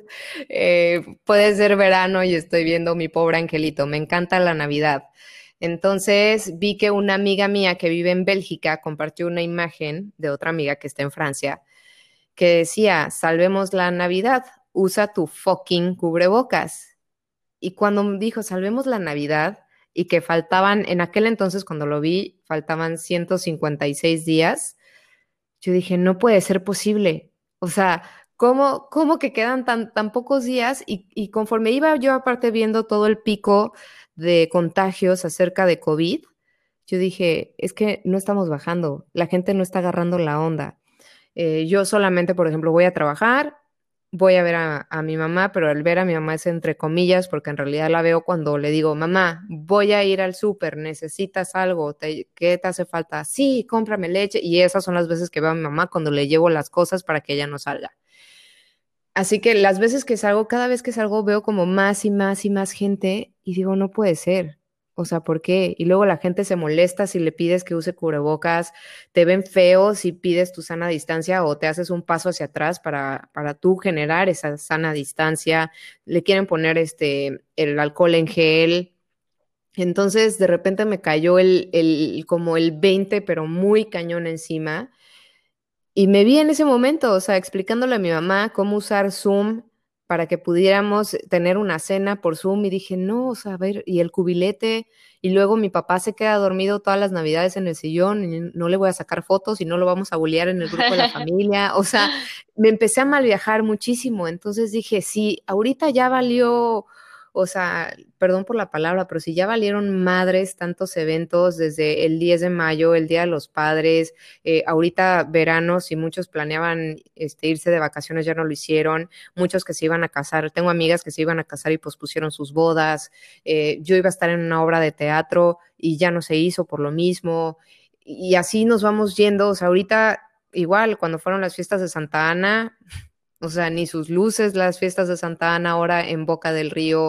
B: puede ser verano y estoy viendo Mi Pobre Angelito, me encanta la Navidad. Entonces, vi que una amiga mía que vive en Bélgica compartió una imagen de otra amiga que está en Francia que decía, salvemos la Navidad, usa tu fucking cubrebocas. Y cuando me dijo, salvemos la Navidad, y que faltaban, en aquel entonces cuando lo vi, faltaban 156 días, yo dije, no puede ser posible. O sea, ¿cómo que quedan tan pocos días? Y conforme iba yo aparte viendo todo el pico de contagios acerca de COVID, yo dije, es que no estamos bajando, la gente no está agarrando la onda. Yo solamente, por ejemplo, voy a trabajar, voy a ver a mi mamá, pero al ver a mi mamá es entre comillas, porque en realidad la veo cuando le digo, mamá, voy a ir al súper, ¿necesitas algo? ¿Qué te hace falta? Sí, cómprame leche. Y esas son las veces que veo a mi mamá cuando le llevo las cosas para que ella no salga. Así que las veces que salgo, cada vez que salgo veo como más y más y más gente y digo, no puede ser. O sea, ¿por qué? Y luego la gente se molesta si le pides que use cubrebocas, te ven feo si pides tu sana distancia o te haces un paso hacia atrás para tú generar esa sana distancia. Le quieren poner el alcohol en gel. Entonces, de repente me cayó como el 20 pero muy cañón encima. Y me vi en ese momento, o sea, explicándole a mi mamá cómo usar Zoom para que pudiéramos tener una cena por Zoom y dije, no, o sea, a ver, y el cubilete, y luego mi papá se queda dormido todas las navidades en el sillón y no le voy a sacar fotos y no lo vamos a bullear en el grupo de la familia, o sea, me empecé a mal viajar muchísimo, entonces dije, sí, ahorita ya valió, o sea, perdón por la palabra, pero si ya valieron madres tantos eventos desde el 10 de mayo, el Día de los Padres, ahorita verano, si muchos planeaban irse de vacaciones, ya no lo hicieron, muchos que se iban a casar, tengo amigas que se iban a casar y pospusieron sus bodas, yo iba a estar en una obra de teatro y ya no se hizo por lo mismo, y así nos vamos yendo, o sea, ahorita igual, cuando fueron las fiestas de Santa Ana, o sea, ni sus luces, las fiestas de Santa Ana ahora en Boca del Río.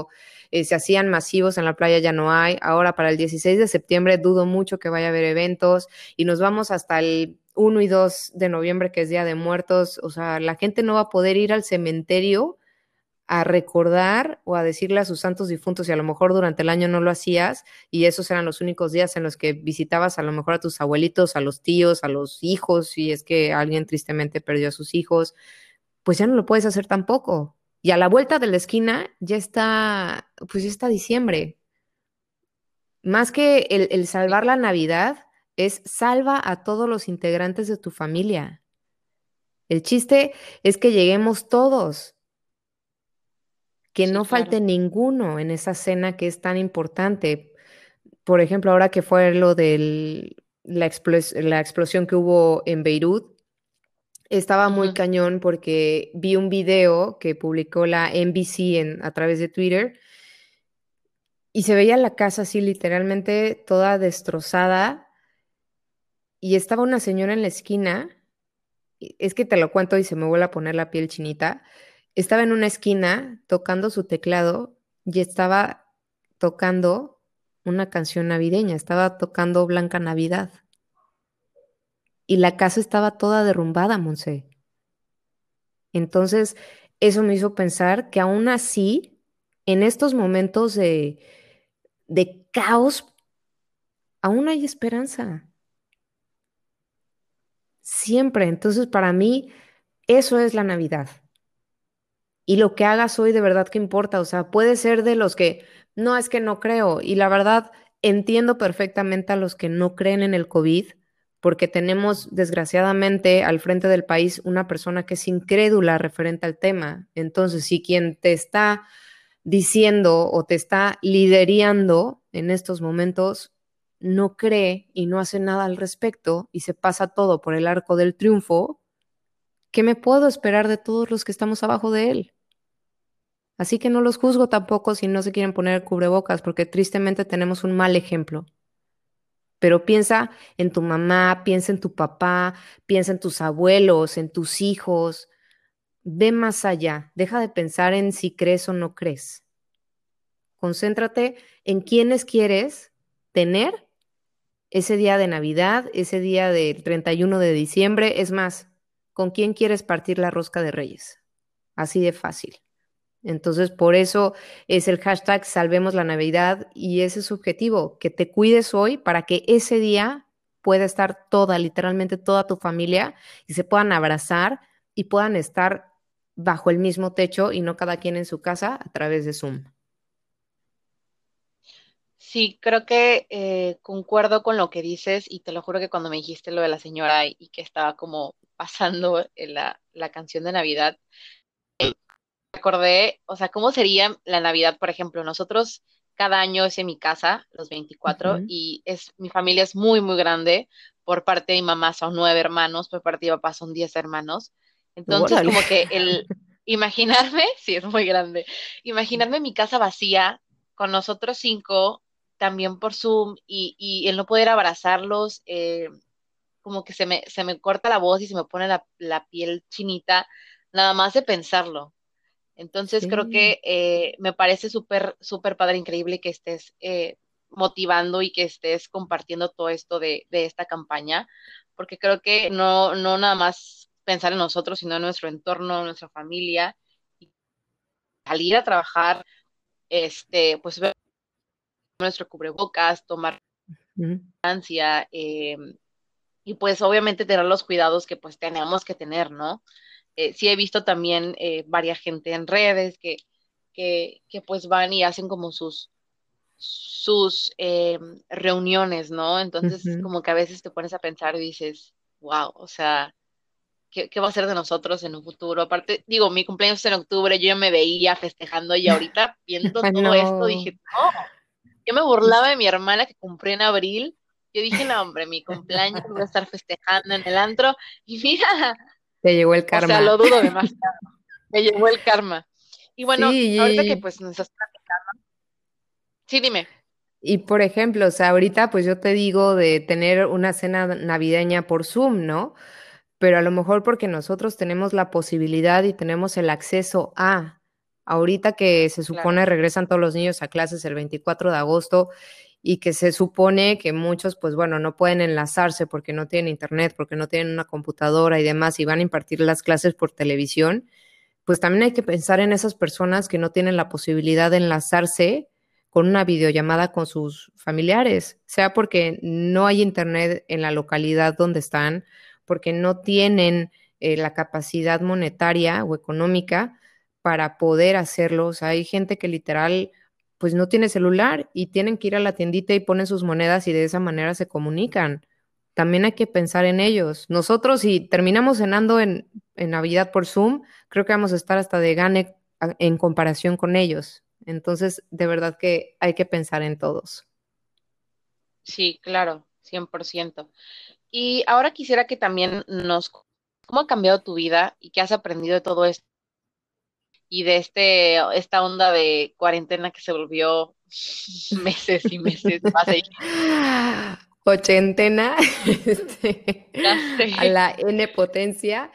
B: se hacían masivos en la playa, ya no hay. Ahora para el 16 de septiembre dudo mucho que vaya a haber eventos y nos vamos hasta el 1 y 2 de noviembre, que es Día de Muertos. O sea, la gente no va a poder ir al cementerio a recordar o a decirle a sus santos difuntos, y a lo mejor durante el año no lo hacías y esos eran los únicos días en los que visitabas a lo mejor a tus abuelitos, a los tíos, a los hijos, si es que alguien tristemente perdió a sus hijos, pues ya no lo puedes hacer tampoco. Y a la vuelta de la esquina ya está, pues ya está diciembre. Más que el salvar la Navidad, es salva a todos los integrantes de tu familia. El chiste es que lleguemos todos, que
A: Sí,
B: no
A: claro.
B: falte ninguno en esa cena que es tan importante. Por ejemplo, ahora que fue lo de la explosión que hubo en Beirut, estaba muy
A: Ujú,
B: cañón porque vi un video que publicó la NBC a través de Twitter y se veía la casa así literalmente toda destrozada y estaba una señora en la esquina. Es que te lo cuento y se me vuelve a poner la piel chinita. Estaba en una esquina tocando su teclado y estaba tocando una canción navideña, estaba tocando Blanca Navidad y la casa estaba toda derrumbada, Monse. Entonces, eso me hizo pensar que aún así, en estos momentos de caos, aún hay esperanza, siempre. Entonces, para mí, eso es la Navidad. Y lo que hagas hoy de verdad que importa. O sea, puede ser de los que no es que no creo. Y la verdad, entiendo perfectamente a los que no creen en el COVID, porque tenemos desgraciadamente al frente del país una persona que es incrédula referente al tema. Entonces, si quien te está diciendo o te está liderando en estos momentos no cree y no hace nada al respecto y se pasa todo por el arco del triunfo, ¿qué me puedo esperar de todos los que estamos abajo de él? Así que no los juzgo tampoco si no se quieren poner cubrebocas, porque tristemente tenemos un mal ejemplo. Pero piensa en tu mamá, piensa en tu papá, piensa en tus abuelos, en tus hijos. Ve más allá. Deja de pensar en si crees o no crees. Concéntrate en quiénes quieres tener ese día de Navidad, ese día del 31 de diciembre. Es más, con quién quieres partir la rosca de Reyes. Así de fácil. Entonces, por eso es el hashtag Salvemos la Navidad y ese es su objetivo, que te cuides hoy para que ese día pueda estar toda, literalmente toda tu familia y se puedan abrazar y puedan estar bajo el mismo techo y no cada quien en su casa a través de Zoom.
A: sí, creo que concuerdo con lo que dices y te lo juro que cuando me dijiste lo de la señora y que estaba como pasando la canción de Navidad, recordé, o sea, cómo sería la Navidad, por ejemplo, nosotros cada año es en mi casa, los 24,
B: Ujú.
A: y mi familia es muy, muy grande. Por parte de mi mamá son 9 hermanos, por parte de mi papá son 10 hermanos. Entonces,
B: Órale.
A: como que el imaginarme, sí, es muy grande, imaginarme mi casa vacía con nosotros 5, también por Zoom, y el no poder abrazarlos, como que se me corta la voz y se me pone la piel chinita, nada más de pensarlo. Entonces creo
B: Sí.
A: que me parece súper, súper padre, increíble que estés motivando y que estés compartiendo todo esto de esta campaña, porque creo que no nada más pensar en nosotros, sino en nuestro entorno, en nuestra familia, y salir a trabajar, pues ver nuestro cubrebocas, tomar
B: Ujú.
A: distancia, y pues obviamente tener los cuidados que pues tenemos que tener, ¿no? Sí he visto también varias gente en redes que pues van y hacen como sus reuniones, ¿no? Entonces
B: Ujú.
A: como que a veces te pones a pensar y dices, wow, o sea, ¿qué va a ser de nosotros en un futuro? Aparte, digo, mi cumpleaños es en octubre, yo ya me veía festejando y ahorita viendo
B: Ay,
A: todo esto
B: no.
A: dije, no, yo me burlaba de mi hermana que cumplió en abril. Yo dije, no, hombre, mi cumpleaños voy a estar festejando en el antro. Y mira,
B: Te llegó el
A: o sea, lo
B: karma.
A: dudo demasiado. Me llegó el karma. Y bueno, ahorita que
B: Sí,
A: pues nos estás platicando. Sí, dime.
B: y por ejemplo, o sea, ahorita pues yo te digo de tener una cena navideña por Zoom, ¿no? Pero a lo mejor porque nosotros tenemos la posibilidad y tenemos el acceso a Ahorita que se
A: Claro.
B: supone regresan todos los niños a clases el 24 de agosto y que se supone que muchos, pues bueno, no pueden enlazarse porque no tienen internet, porque no tienen una computadora y demás, y van a impartir las clases por televisión, pues también hay que pensar en esas personas que no tienen la posibilidad de enlazarse con una videollamada con sus familiares, sea porque no hay internet en la localidad donde están, porque no tienen la capacidad monetaria o económica para poder hacerlo. O sea, hay gente que literal pues no tiene celular y tienen que ir a la tiendita y ponen sus monedas y de esa manera se comunican. También hay que pensar en ellos. Nosotros, si terminamos cenando en Navidad por Zoom, creo que vamos a estar hasta de gane en comparación con ellos. Entonces, de verdad que hay que pensar en todos.
A: Sí, claro, 100%. Y ahora quisiera que también ¿cómo ha cambiado tu vida y qué has aprendido de todo esto y de esta onda de cuarentena que se volvió meses y meses más allá?
B: Ochentena,
A: Ya
B: a
A: sé.
B: la N potencia.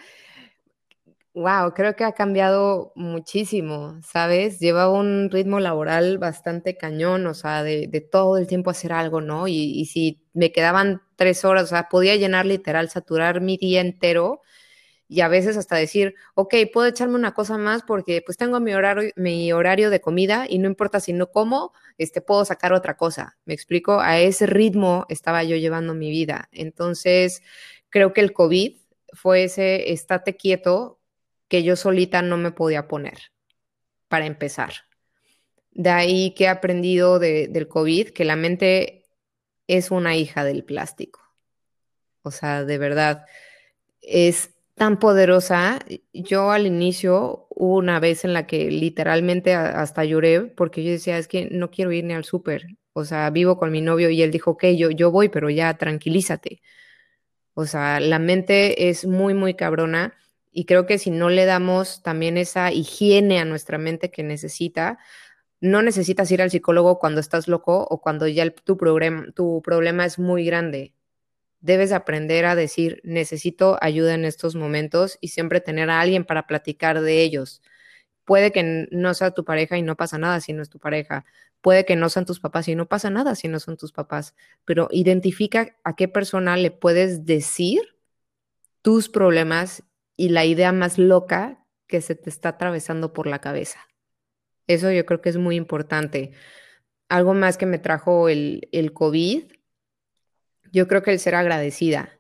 B: Wow, creo que ha cambiado muchísimo, ¿sabes? Lleva un ritmo laboral bastante cañón, o sea, de todo el tiempo hacer algo, ¿no? Y si me quedaban 3 horas, o sea, podía llenar literal, saturar mi día entero y a veces hasta decir, ok, puedo echarme una cosa más porque pues tengo mi horario de comida y no importa si no como, puedo sacar otra cosa. ¿Me explico? A ese ritmo estaba yo llevando mi vida. Entonces, creo que el COVID fue ese estate quieto que yo solita no me podía poner, para empezar. De ahí que he aprendido del COVID, que la mente es una hija del plástico. O sea, de verdad, es tan poderosa. Yo al inicio hubo una vez en la que literalmente hasta lloré porque yo decía, es que no quiero ir ni al súper. O sea, vivo con mi novio y él dijo, ok, yo voy, pero ya tranquilízate. O sea, la mente es muy, muy cabrona y creo que si no le damos también esa higiene a nuestra mente que necesita, no necesitas ir al psicólogo cuando estás loco o cuando ya tu problema es muy grande. Debes aprender a decir, necesito ayuda en estos momentos y siempre tener a alguien para platicar de ellos. Puede que no sea tu pareja y no pasa nada si no es tu pareja. Puede que no sean tus papás y no pasa nada si no son tus papás. Pero identifica a qué persona le puedes decir tus problemas y la idea más loca que se te está atravesando por la cabeza. Eso yo creo que es muy importante. Algo más que me trajo el COVID, yo creo que el ser agradecida,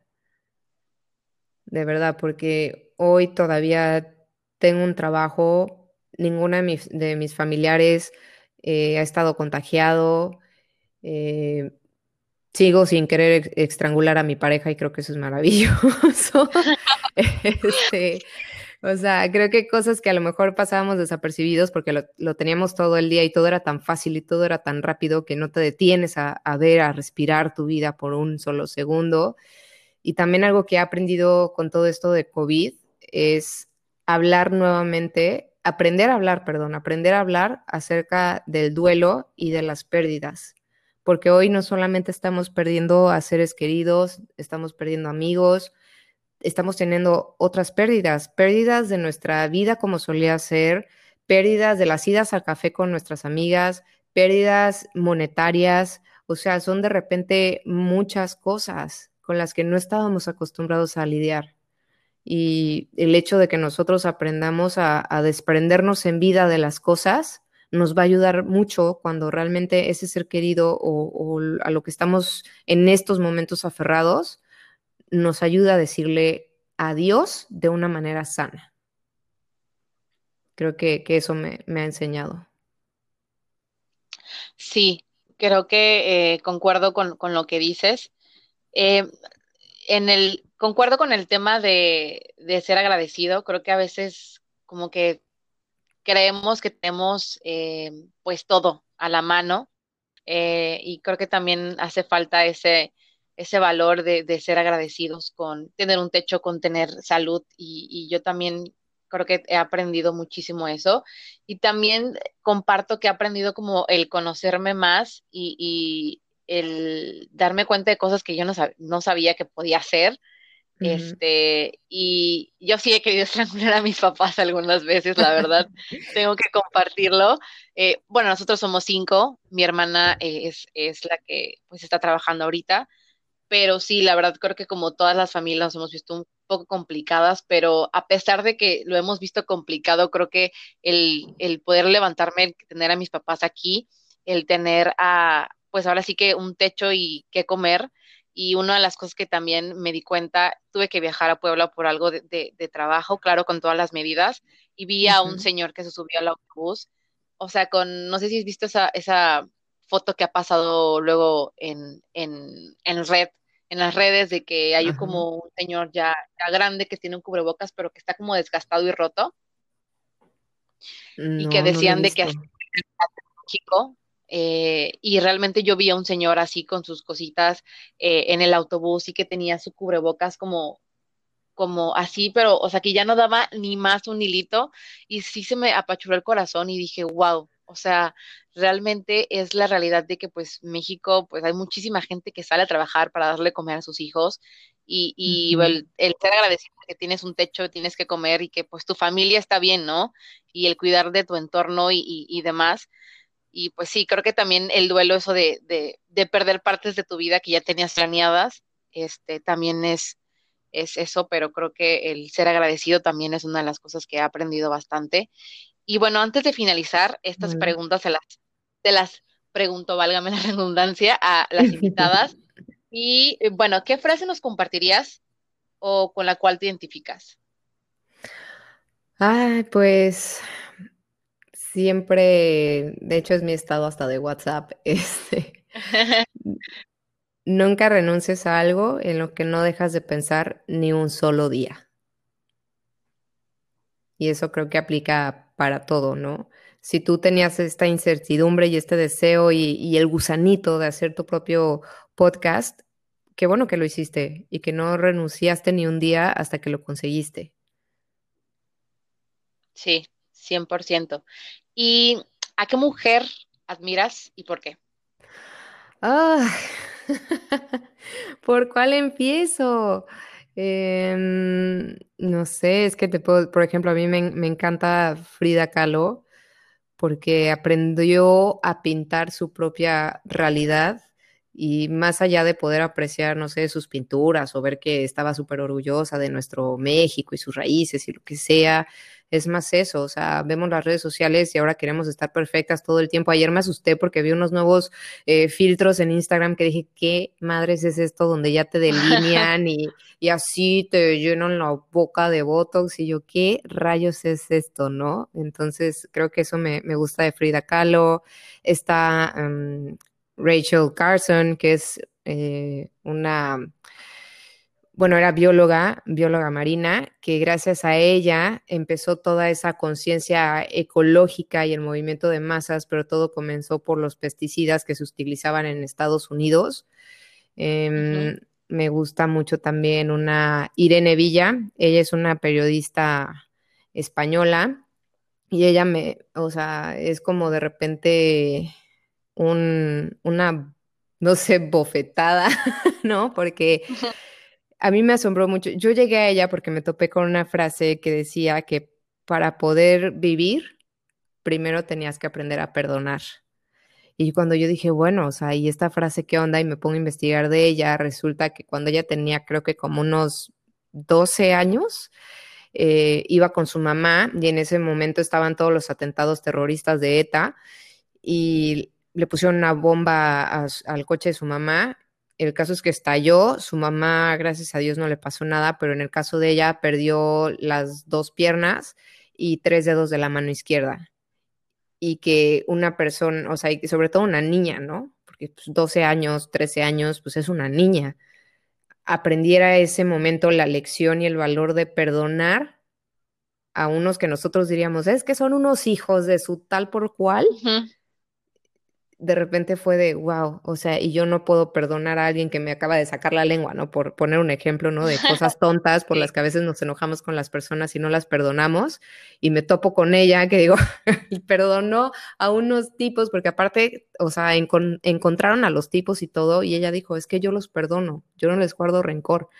B: de verdad, porque hoy todavía tengo un trabajo, ninguna de mis familiares ha estado contagiado, eh, sigo sin querer estrangular a mi pareja y creo que eso es maravilloso. Este, o sea, creo que cosas que a lo mejor pasábamos desapercibidos porque lo teníamos todo el día y todo era tan fácil y todo era tan rápido que no te detienes a ver, a respirar tu vida por un solo segundo. Y también algo que he aprendido con todo esto de COVID es hablar nuevamente, aprender a hablar, perdón, aprender a hablar acerca del duelo y de las pérdidas. Porque hoy no solamente estamos perdiendo a seres queridos, estamos perdiendo amigos, estamos teniendo otras pérdidas, pérdidas de nuestra vida como solía ser, pérdidas de las idas al café con nuestras amigas, pérdidas monetarias, o sea, son de repente muchas cosas con las que no estábamos acostumbrados a lidiar. Y el hecho de que nosotros aprendamos a desprendernos en vida de las cosas nos va a ayudar mucho cuando realmente ese ser querido o a lo que estamos en estos momentos aferrados nos ayuda a decirle adiós de una manera sana. Creo que eso me ha enseñado.
A: Sí, creo que concuerdo con lo que dices. Eh, concuerdo con el tema de ser agradecido. Creo que a veces como que creemos que tenemos pues todo a la mano, y creo que también hace falta ese valor de ser agradecidos con tener un techo, con tener salud y yo también creo que he aprendido muchísimo eso y también comparto que he aprendido como el conocerme más y el darme cuenta de cosas que yo no sabía que podía hacer,
B: Ujú.
A: Y yo sí he querido estrangular a mis papás algunas veces, la verdad, tengo que compartirlo. Bueno, nosotros somos 5, mi hermana es la que pues está trabajando ahorita, pero sí, la verdad creo que como todas las familias nos hemos visto un poco complicadas, pero a pesar de que lo hemos visto complicado, creo que el poder levantarme, el tener a mis papás aquí, el tener pues ahora sí que un techo y qué comer, y una de las cosas que también me di cuenta, tuve que viajar a Puebla por algo de trabajo, claro, con todas las medidas, y vi a un
B: Ujú.
A: señor que se subió al autobús, o sea, no sé si has visto esa foto que ha pasado luego en red, en las redes, de que hay
B: Ajá.
A: como un señor ya grande que tiene un cubrebocas, pero que está como desgastado y roto, y que
B: No, no lo he
A: decían de que
B: visto.
A: así chico, y realmente yo vi a un señor así con sus cositas en el autobús y que tenía su cubrebocas como así, pero, o sea, que ya no daba ni más un hilito y sí se me apachurró el corazón y dije, wow, o sea, realmente es la realidad de que pues México, pues hay muchísima gente que sale a trabajar para darle comer a sus hijos y
B: Ujú.
A: el ser agradecido que tienes un techo, tienes que comer y que pues tu familia está bien, ¿no? Y el cuidar de tu entorno y demás. Y pues sí, creo que también el duelo, eso de perder partes de tu vida que ya tenías planeadas, también es eso, pero creo que el ser agradecido también es una de las cosas que he aprendido bastante. Y bueno, antes de finalizar, estas
B: Vale.
A: preguntas se las pregunto, válgame la redundancia, a las invitadas. Y bueno, ¿qué frase nos compartirías o con la cual te identificas?
B: Ay, pues siempre, de hecho, es mi estado hasta de WhatsApp, nunca renuncies a algo en lo que no dejas de pensar ni un solo día. Y eso creo que aplica para todo, ¿no? Si tú tenías esta incertidumbre y este deseo y el gusanito de hacer tu propio podcast, qué bueno que lo hiciste y que no renunciaste ni un día hasta que lo conseguiste.
A: Sí, 100%. ¿Y a qué mujer admiras y por qué?
B: Ah, ¿por cuál empiezo? No sé, es que te puedo, por ejemplo, a mí me encanta Frida Kahlo porque aprendió a pintar su propia realidad y más allá de poder apreciar, no sé, sus pinturas o ver que estaba súper orgullosa de nuestro México y sus raíces y lo que sea, es más eso, o sea, vemos las redes sociales y ahora queremos estar perfectas todo el tiempo. Ayer me asusté porque vi unos nuevos filtros en Instagram que dije, ¿qué madres es esto? Donde ya te delinean y así te llenan la boca de Botox y yo, ¿qué rayos es esto, no? Entonces creo que eso me gusta de Frida Kahlo. Está Rachel Carson, que es bueno, era bióloga marina, que gracias a ella empezó toda esa conciencia ecológica y el movimiento de masas, pero todo comenzó por los pesticidas que se utilizaban en Estados Unidos.
A: Ujú.
B: Em, Me gusta mucho también una Irene Villa, ella es una periodista española y ella o sea, es como de repente una, no sé, bofetada, ¿no? Porque a mí me asombró mucho. Yo llegué a ella porque me topé con una frase que decía que para poder vivir, primero tenías que aprender a perdonar. Y cuando yo dije, bueno, o sea, ¿y esta frase qué onda? Y me pongo a investigar de ella, resulta que cuando ella tenía creo que como unos 12 años, iba con su mamá y en ese momento estaban todos los atentados terroristas de ETA y le pusieron una bomba al coche de su mamá. El caso es que estalló, su mamá, gracias a Dios, no le pasó nada, pero en el caso de ella perdió las dos piernas y tres dedos de la mano izquierda y que una persona, o sea, y sobre todo una niña, ¿no? Porque pues, 12 años, 13 años, pues es una niña, aprendiera ese momento la lección y el valor de perdonar a unos que nosotros diríamos, es que son unos hijos de su tal por cual,
A: Ujú.
B: de repente fue de wow, o sea, y yo no puedo perdonar a alguien que me acaba de sacar la lengua, ¿no? Por poner un ejemplo, ¿no? De cosas tontas por
A: Sí.
B: las que a veces nos enojamos con las personas y no las perdonamos. Y me topo con ella que digo, perdonó a unos tipos, porque aparte, o sea, encontraron a los tipos y todo, y ella dijo, es que yo los perdono, yo no les guardo rencor.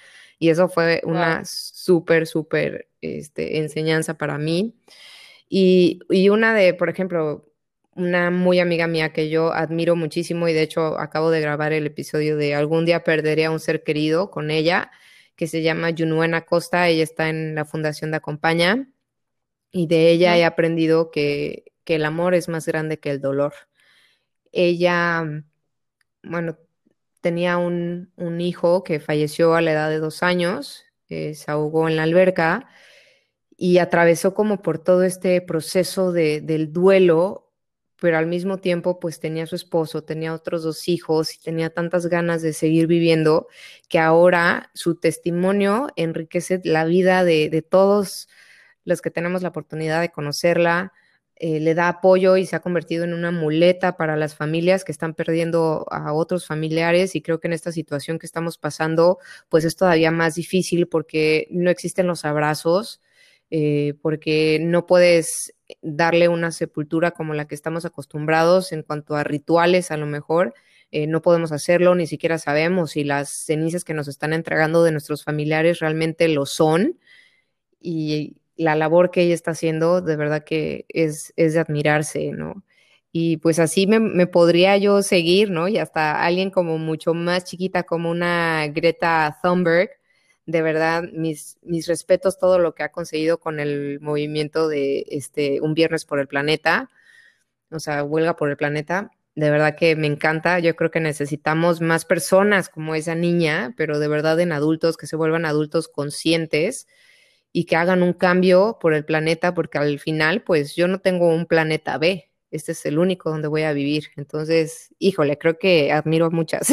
B: Y eso fue
A: Wow.
B: una súper enseñanza para mí. Y una de, por ejemplo, una muy amiga mía que yo admiro muchísimo y de hecho acabo de grabar el episodio de Algún día perderé a un ser querido con ella, que se llama Yunuena Costa. Ella está en la Fundación de Acompaña y de ella he aprendido que el amor es más grande que el dolor. Ella, bueno, tenía un hijo que falleció a la edad de 2 años, se ahogó en la alberca y atravesó como por todo este proceso del duelo, pero al mismo tiempo pues tenía a su esposo, tenía otros 2 hijos y tenía tantas ganas de seguir viviendo que ahora su testimonio enriquece la vida de todos los que tenemos la oportunidad de conocerla. Le da apoyo y se ha convertido en una muleta para las familias que están perdiendo a otros familiares, y creo que en esta situación que estamos pasando pues es todavía más difícil porque no existen los abrazos, porque no puedes darle una sepultura como la que estamos acostumbrados en cuanto a rituales, a lo mejor. No podemos hacerlo, ni siquiera sabemos si las cenizas que nos están entregando de nuestros familiares realmente lo son, y la labor que ella está haciendo de verdad que es de admirarse, ¿no? Y pues así me podría yo seguir, ¿no? Y hasta alguien como mucho más chiquita como una Greta Thunberg, de verdad, mis respetos, todo lo que ha conseguido con el movimiento de Un Viernes por el Planeta, o sea, Huelga por el Planeta. De verdad que me encanta. Yo creo que necesitamos más personas como esa niña, pero de verdad en adultos, que se vuelvan adultos conscientes y que hagan un cambio por el planeta, porque al final, pues yo no tengo un planeta B. Este es el único donde voy a vivir. Entonces, híjole, creo que admiro a muchas.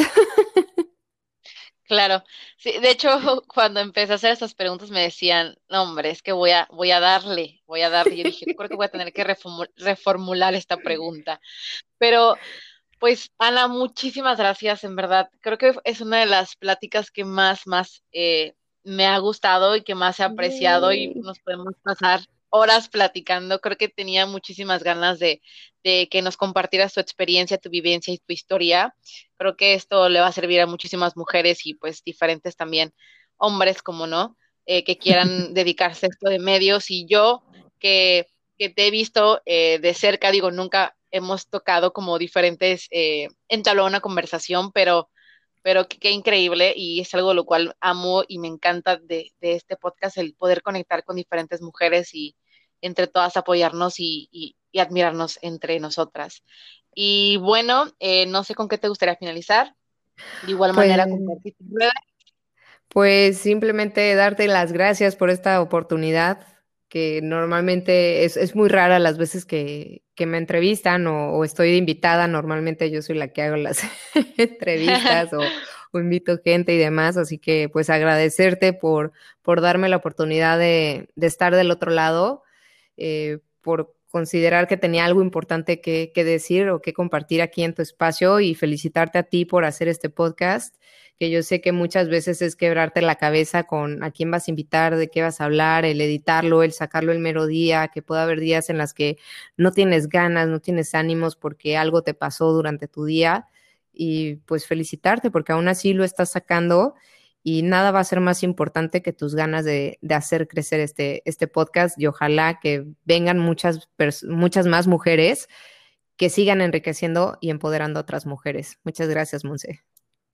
A: Claro, sí, de hecho, cuando empecé a hacer estas preguntas me decían, no, hombre, es que voy a darle. Yo dije, creo que voy a tener que reformular esta pregunta. Pero, pues, Ana, muchísimas gracias, en verdad. Creo que es una de las pláticas que más me ha gustado y que más he apreciado y
B: Yay.
A: nos podemos pasar horas platicando. Creo que tenía muchísimas ganas de que nos compartieras tu experiencia, tu vivencia y tu historia. Creo que esto le va a servir a muchísimas mujeres y pues diferentes también hombres, como no, que quieran dedicarse a esto de medios. Y yo que te he visto de cerca, digo, nunca hemos tocado como diferentes, entablado una conversación, pero qué increíble y es algo lo cual amo y me encanta de este podcast, el poder conectar con diferentes mujeres y entre todas apoyarnos y admirarnos entre nosotras. Y bueno, no sé con qué te gustaría finalizar. De igual manera,
B: Pues,
A: compartir tus redes.
B: pues simplemente darte las gracias por esta oportunidad, que normalmente es muy rara las veces que me entrevistan o estoy de invitada. Normalmente yo soy la que hago las entrevistas o invito gente y demás, así que pues agradecerte por darme la oportunidad de estar del otro lado, por considerar que tenía algo importante que decir o que compartir aquí en tu espacio, y felicitarte a ti por hacer este podcast, que yo sé que muchas veces es quebrarte la cabeza con a quién vas a invitar, de qué vas a hablar, el editarlo, el sacarlo el mero día, que puede haber días en las que no tienes ganas, no tienes ánimos porque algo te pasó durante tu día, y pues felicitarte porque aún así lo estás sacando, y nada va a ser más importante que tus ganas de hacer crecer este podcast, y ojalá que vengan muchas más mujeres que sigan enriqueciendo y empoderando a otras mujeres. Muchas gracias, Monse.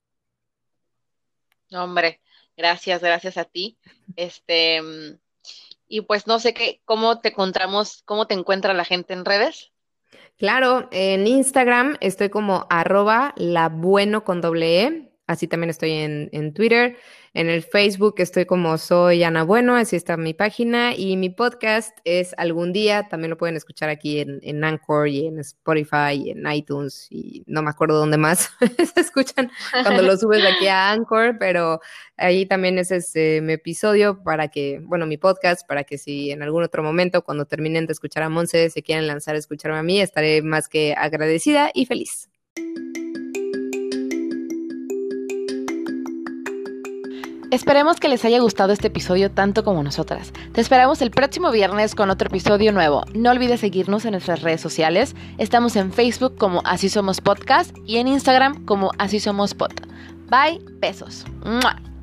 A: No, hombre, gracias a ti. Este, y pues no sé cómo te encontramos, cómo te encuentra la gente en redes.
B: Claro, en Instagram estoy como @labueno con doble E. Así también estoy en Twitter. En el Facebook estoy como Soy Ana Bueno, así está mi página. Y mi podcast es Algún Día. También lo pueden escuchar aquí en Anchor y en Spotify y en iTunes. Y no me acuerdo dónde más se escuchan cuando lo subes aquí a Anchor, pero ahí también ese es mi episodio para que, bueno, mi podcast, para que si en algún otro momento, cuando terminen de escuchar a Monse, se quieran lanzar a escucharme a mí, estaré más que agradecida y feliz.
A: Esperemos que les haya gustado este episodio tanto como nosotras. Te esperamos el próximo viernes con otro episodio nuevo. No olvides seguirnos en nuestras redes sociales. Estamos en Facebook como Así Somos Podcast y en Instagram como Así Somos Pod. Bye, besos. ¡Mua!